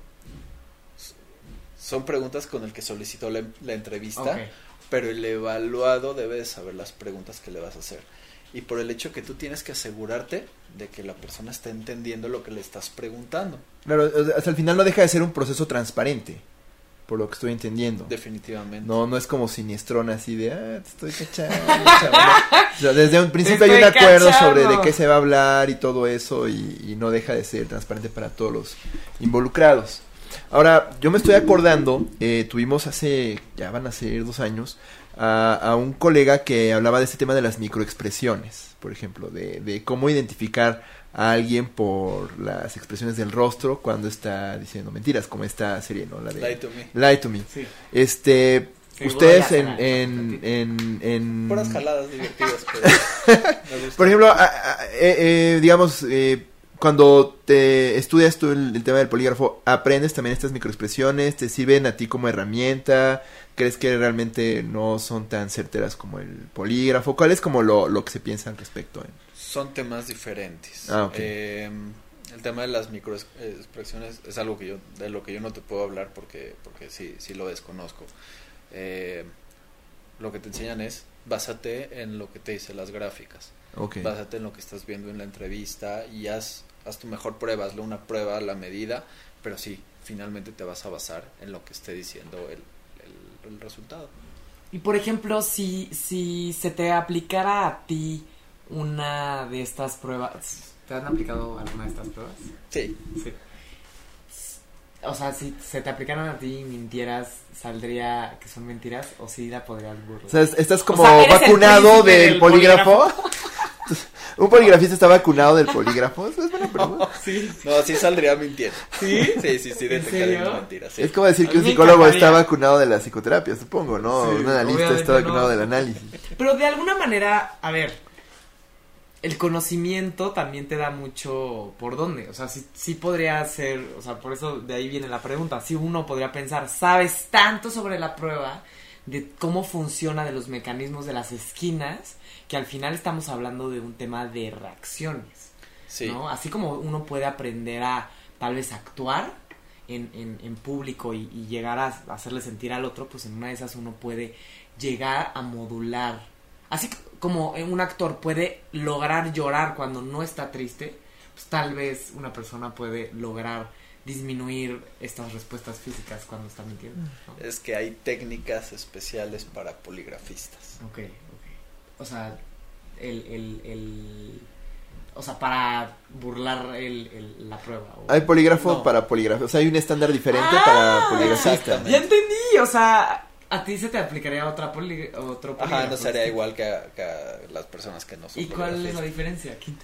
S4: son preguntas con el que solicitó la, la entrevista, okay. Pero el evaluado debe de saber las preguntas que le vas a hacer. Y por el hecho que tú tienes que asegurarte de que la persona está entendiendo lo que le estás preguntando.
S3: Claro, hasta el final no deja de ser un proceso transparente, por lo que estoy entendiendo.
S4: Definitivamente.
S3: No, no es como siniestrona así de, ah, te estoy cachando. O sea, desde un principio hay un acuerdo cachando. Sobre de qué se va a hablar y todo eso, y, y no deja de ser transparente para todos los involucrados. Ahora, yo me estoy acordando, eh, tuvimos hace, ya van a ser dos años, a, a un colega que hablaba de este tema de las microexpresiones, por ejemplo, de, de cómo identificar a alguien por las expresiones del rostro cuando está diciendo mentiras, como esta serie, ¿no? La de
S4: Lie to Me.
S3: Lie to Me. Sí. Este, sí, ustedes en, en, en, en...
S4: Puras jaladas divertidas. Pero
S3: por ejemplo, a, a, eh, eh, digamos... Eh, cuando te estudias tú el, el tema del polígrafo, ¿aprendes también estas microexpresiones? ¿Te sirven a ti como herramienta? ¿Crees que realmente no son tan certeras como el polígrafo? ¿Cuál es como lo, lo que se piensa al respecto? Eh?
S4: Son temas diferentes.
S3: Ah, okay.
S4: eh, el tema de las microexpresiones es algo que yo, de lo que yo no te puedo hablar porque, porque sí, sí lo desconozco. Eh, lo que te enseñan es, básate en lo que te dicen las gráficas.
S3: Okay.
S4: Básate en lo que estás viendo en la entrevista y haz, haz tu mejor prueba, hazle una prueba a la medida, pero sí, finalmente te vas a basar en lo que esté diciendo el, el, el resultado.
S2: Y por ejemplo, si, si se te aplicara a ti una de estas pruebas, ¿te han aplicado alguna de estas pruebas?
S4: Sí.
S2: Sí. O sea, si se te aplicaran a ti y mintieras, ¿saldría que son mentiras o si la podrías burlar?
S3: O sea, estás como o sea, vacunado del, del polígrafo. polígrafo? ¿Un poligrafista está vacunado del polígrafo? ¿Eso es buena pregunta?
S4: No, sí. No, sí saldría mintiendo.
S2: ¿Sí?
S4: Sí, sí, sí, detectaría una mentira. Sí.
S3: Es como decir que un psicólogo está vacunado de la psicoterapia, supongo, ¿no?
S2: Sí,
S3: un analista está vacunado no. del análisis.
S2: Pero de alguna manera, a ver, el conocimiento también te da mucho por dónde. O sea, sí, sí podría ser, o sea, por eso de ahí viene la pregunta. Si uno podría pensar, sabes tanto sobre la prueba, de cómo funciona, de los mecanismos de las esquinas, que al final estamos hablando de un tema de reacciones, sí. ¿no? Así como uno puede aprender a tal vez actuar en, en, en público y, y llegar a hacerle sentir al otro, pues en una de esas uno puede llegar a modular. Así como un actor puede lograr llorar cuando no está triste, pues tal vez una persona puede lograr disminuir estas respuestas físicas cuando está mintiendo, ¿no?
S4: Es que hay técnicas especiales para poligrafistas.
S2: Ok, ok. O sea, el, el, el o sea, para burlar el, el, la prueba. ¿O?
S3: Hay polígrafo no. para poligrafistas. O sea, hay un estándar diferente ah, para poligrafistas.
S2: Ya entendí, o sea, a ti se te aplicaría otra poli, otro polígrafo.
S4: Ajá, no sería ¿sí? igual que a, que a las personas que no son.
S2: ¿Y cuál es la diferencia? ¿Quién te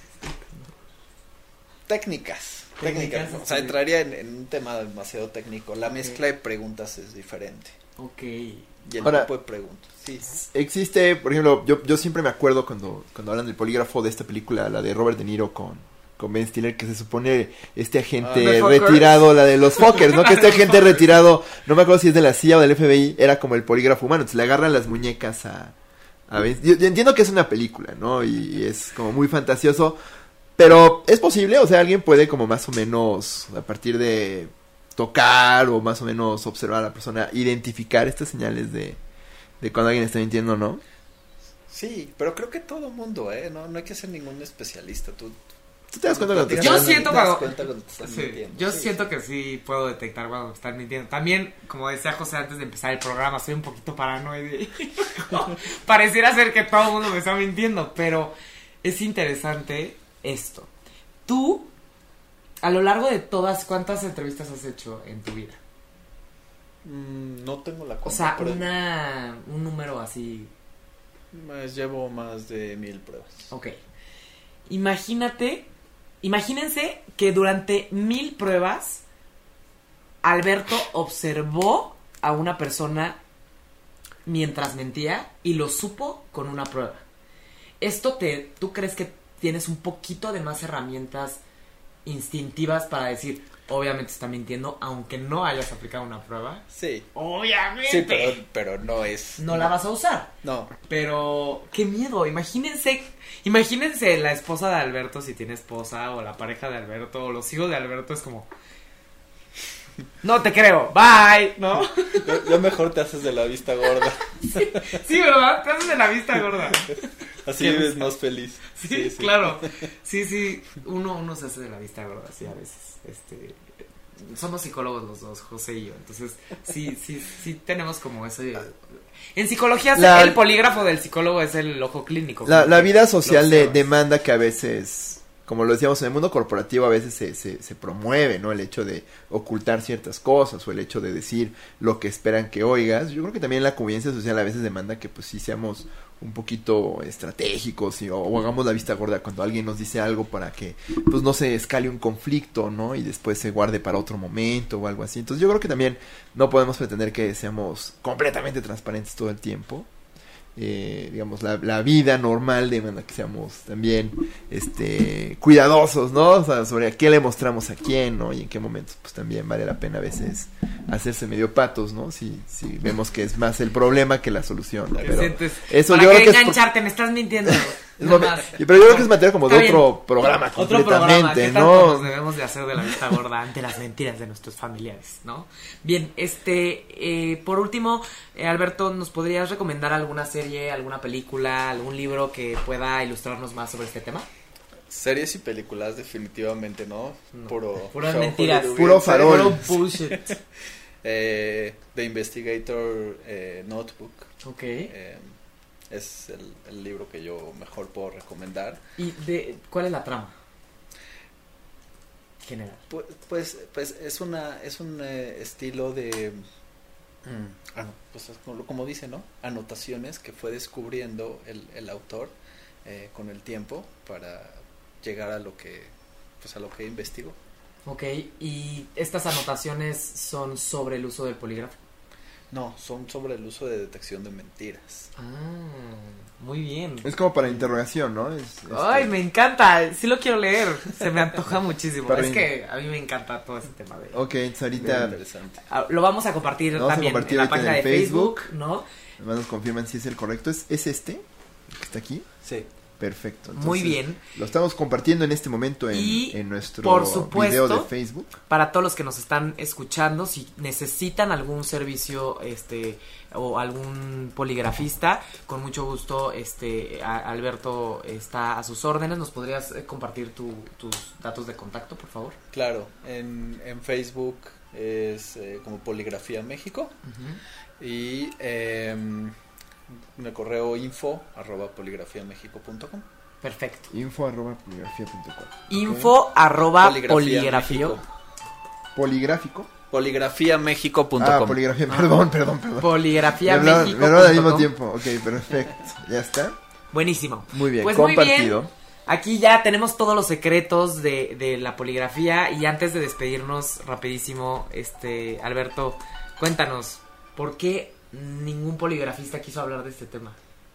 S4: Técnicas. Técnicas, o sea, entraría en, en un tema demasiado técnico. La mezcla okay. de preguntas es diferente.
S2: Ok.
S4: Y el
S3: Ahora,
S4: tipo de preguntas. Sí.
S3: Existe, por ejemplo, yo, yo siempre me acuerdo cuando, cuando hablan del polígrafo de esta película, la de Robert De Niro con, con Ben Stiller, que se supone este agente uh, retirado, la de los Fockers, ¿no? Que este agente retirado, no me acuerdo si es de la C I A o del F B I, era como el polígrafo humano. Entonces le agarran las muñecas a, a Ben. Yo, yo entiendo que es una película, ¿no? Y, y es como muy fantasioso. Pero es posible, o sea, alguien puede como más o menos, a partir de tocar o más o menos observar a la persona, identificar estas señales de, de cuando alguien está mintiendo, ¿no?
S4: Sí, pero creo que todo mundo, ¿eh? No, no hay que ser ningún especialista. Tú,
S3: ¿Tú te das cuenta cuando te
S2: Yo
S3: estás
S2: siento cuando...
S4: cuando te estás
S2: sí,
S4: mintiendo.
S2: Yo
S4: sí.
S2: siento que sí puedo detectar cuando me están mintiendo. También, como decía José antes de empezar el programa, soy un poquito paranoide. Pareciera ser que todo el mundo me está mintiendo, pero es interesante esto. Tú, a lo largo de todas, ¿cuántas entrevistas has hecho en tu vida?
S4: Mm, no tengo la cuenta.
S2: O sea, una, un número así.
S4: Pues llevo más de mil pruebas.
S2: Ok. Imagínate, imagínense que durante mil pruebas, Alberto observó a una persona mientras mentía y lo supo con una prueba. Esto te, ¿tú crees que tienes un poquito de más herramientas instintivas para decir, obviamente está mintiendo, aunque no hayas aplicado una prueba?
S4: Sí.
S2: Obviamente.
S4: Sí, pero, pero no es...
S2: No la vas a usar.
S4: No.
S2: Pero, qué miedo, imagínense, imagínense la esposa de Alberto, si tiene esposa, o la pareja de Alberto, o los hijos de Alberto, es como... No te creo, bye, ¿no?
S4: Yo, yo mejor te haces de la vista gorda.
S2: Sí, sí, ¿verdad? Te haces de la vista gorda.
S4: Así vives más feliz.
S2: Sí,
S4: Sí, sí.
S2: claro. Sí, sí, uno, uno se hace de la vista gorda, sí, a veces. Este, somos psicólogos los dos, José y yo, entonces sí, sí, sí tenemos como ese... En psicología
S3: La-
S2: el polígrafo del psicólogo es el ojo clínico.
S3: La,
S2: como
S3: la
S2: que
S3: vida
S2: lo
S3: social de,
S2: observas.
S3: demanda que a veces, como lo decíamos, en el mundo corporativo a veces se, se, se promueve, ¿no? El hecho de ocultar ciertas cosas o el hecho de decir lo que esperan que oigas. Yo creo que también la convivencia social a veces demanda que pues sí seamos un poquito estratégicos y, o, o hagamos la vista gorda cuando alguien nos dice algo para que pues no se escale un conflicto, ¿no? Y después se guarde para otro momento o algo así. Entonces yo creo que también no podemos pretender que seamos completamente transparentes todo el tiempo. Eh, digamos, la, la vida normal demanda que seamos también este cuidadosos, ¿no? O sea, sobre a qué le mostramos a quién, ¿no? Y en qué momentos, pues también vale la pena a veces hacerse medio patos, ¿no? Si, si vemos que es más el problema que la solución.
S2: Te
S3: Pero
S2: sientes-
S3: eso
S2: ¿Para
S3: yo
S2: qué
S3: creo que es por-
S2: engancharte? Me estás mintiendo.
S3: es
S2: Nada
S3: momen-
S2: más.
S3: pero yo creo que es materia como de
S2: Está bien.
S3: otro programa
S2: Otro programa,
S3: completamente,
S2: ¿qué tanto
S3: ¿no?
S2: nos debemos de hacer de la vista gorda ante las mentiras de nuestros familiares, ¿no? Bien, este, eh, por último, eh, Alberto, ¿nos podrías recomendar alguna serie, alguna película, algún libro que pueda ilustrarnos más sobre este tema?
S4: Series y películas definitivamente, ¿no?
S2: No.
S4: Puro
S2: Puras
S4: show
S2: mentiras.
S4: hollywoodense.
S3: Puro farol.
S2: Puro bullshit.
S4: Eh, The Investigator eh, Notebook.
S2: Ok.
S4: eh, es el, el libro que yo mejor puedo recomendar.
S2: ¿Y de cuál es la trama? General.
S4: Pues, pues, pues es una es un eh, estilo de mm, ah, no, pues es como, como dice, ¿no? Anotaciones que fue descubriendo el, el autor eh, con el tiempo para llegar a lo que pues a lo que investigó.
S2: Ok, ¿y estas anotaciones son sobre el uso del polígrafo?
S4: No, son sobre el uso de detección de mentiras.
S2: Ah, muy bien.
S3: Es como para interrogación, ¿no? Es, este,
S2: Ay, me encanta, sí lo quiero leer, se me antoja muchísimo.
S3: Para
S2: Es
S3: in-
S2: que a mí me encanta todo ese tema de...
S3: Ok, entonces
S4: Muy
S3: ahorita
S4: interesante.
S2: Ah, lo vamos a compartir
S3: Lo vamos a
S2: también
S3: compartir
S2: en la
S3: ahorita
S2: página
S3: en
S2: de
S3: el
S2: Facebook,
S3: Facebook.
S2: ¿no?
S3: además nos confirman si es el correcto. ¿Es, es este? ¿El que está aquí?
S4: Sí.
S3: Perfecto.
S2: Muy bien.
S3: Lo estamos compartiendo en este momento en,
S2: Y,
S3: en nuestro
S2: por supuesto,
S3: video de Facebook.
S2: Para todos los que nos están escuchando, si necesitan algún servicio este o algún poligrafista, con mucho gusto este a- Alberto está a sus órdenes. ¿Nos podrías eh, compartir tu, tus datos de contacto, por favor?
S4: Claro, en, en Facebook es eh, como Poligrafía México y eh, en el correo info arroba poligrafiamexico punto com.
S2: Perfecto.
S3: Info arroba poligrafía punto com.
S2: Info arroba
S4: Poligrafía
S2: poligrafio.
S4: México.
S3: Poligráfico.
S4: poligrafiamexico punto com.
S3: Ah, poligrafía. Perdón, perdón, perdón.
S2: Poligrafía
S3: Me hablaba-
S2: México
S3: me hablaba al
S2: punto
S3: mismo
S2: com.
S3: tiempo. Ok, perfecto. Ya está.
S2: Buenísimo.
S3: Muy bien,
S2: Pues muy
S3: compartido.
S2: bien. Aquí ya tenemos todos los secretos de, de la poligrafía. Y antes de despedirnos, rapidísimo, este Alberto, cuéntanos, ¿por qué ningún poligrafista quiso hablar de este tema?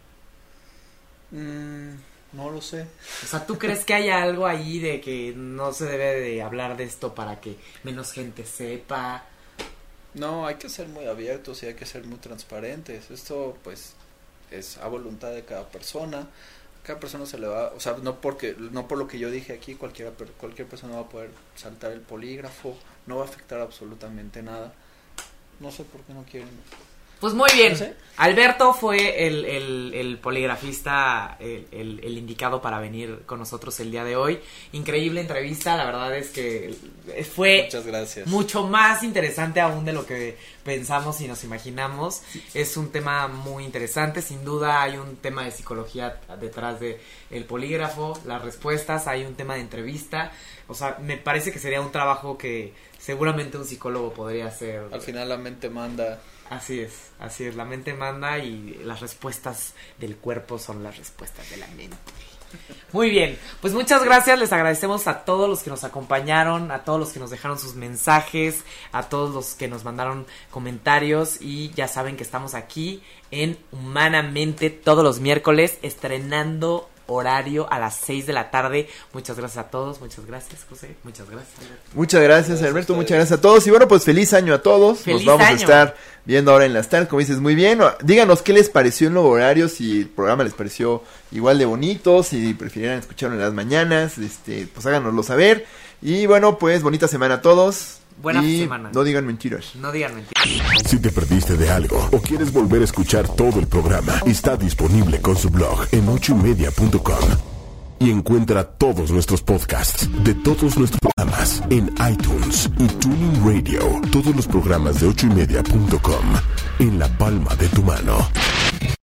S4: Mm, no lo sé.
S2: O sea, ¿tú crees que haya algo ahí de que no se debe de hablar de esto para que menos gente sepa?
S4: No, hay que ser muy abiertos y hay que ser muy transparentes. Esto pues es a voluntad de cada persona. Cada persona se le va, o sea, no porque no por lo que yo dije aquí, cualquiera per- cualquier persona va a poder saltar el polígrafo, no va a afectar absolutamente nada. No sé por qué no quieren.
S2: Pues muy bien,
S4: No sé.
S2: Alberto fue el, el, el poligrafista, el, el, el indicado para venir con nosotros el día de hoy. Increíble entrevista, la verdad es que fue
S4: Muchas gracias.
S2: mucho más interesante aún de lo que pensamos y nos imaginamos. Es un tema muy interesante, sin duda hay un tema de psicología detrás de el polígrafo, las respuestas, hay un tema de entrevista. O sea, me parece que sería un trabajo que seguramente un psicólogo podría hacer.
S4: Al final la mente manda.
S2: Así es, así es, la mente manda y las respuestas del cuerpo son las respuestas de la mente. Muy bien, pues muchas gracias, les agradecemos a todos los que nos acompañaron, a todos los que nos dejaron sus mensajes, a todos los que nos mandaron comentarios y ya saben que estamos aquí en Humanamente todos los miércoles estrenando horario a las seis de la tarde. Muchas gracias a todos, muchas gracias José, muchas gracias Alberto.
S3: Muchas gracias, gracias Alberto, muchas gracias a todos y bueno pues feliz año a todos.
S2: Feliz
S3: Nos vamos
S2: año.
S3: a estar viendo ahora en las tardes, como dices muy bien. Díganos qué les pareció el nuevo horario, si el programa les pareció igual de bonito, si prefirieran escucharlo en las mañanas, este, pues háganoslo saber. Y bueno, pues bonita semana a todos.
S2: Buena
S3: y
S2: semana.
S3: No digan mentiras.
S2: No digan mentiras.
S1: Si te perdiste de algo o quieres volver a escuchar todo el programa, está disponible con su blog en ocho y media punto com. Y encuentra todos nuestros podcasts de todos nuestros programas en iTunes y TuneIn Radio. Todos los programas de ocho y media punto com en la palma de tu mano.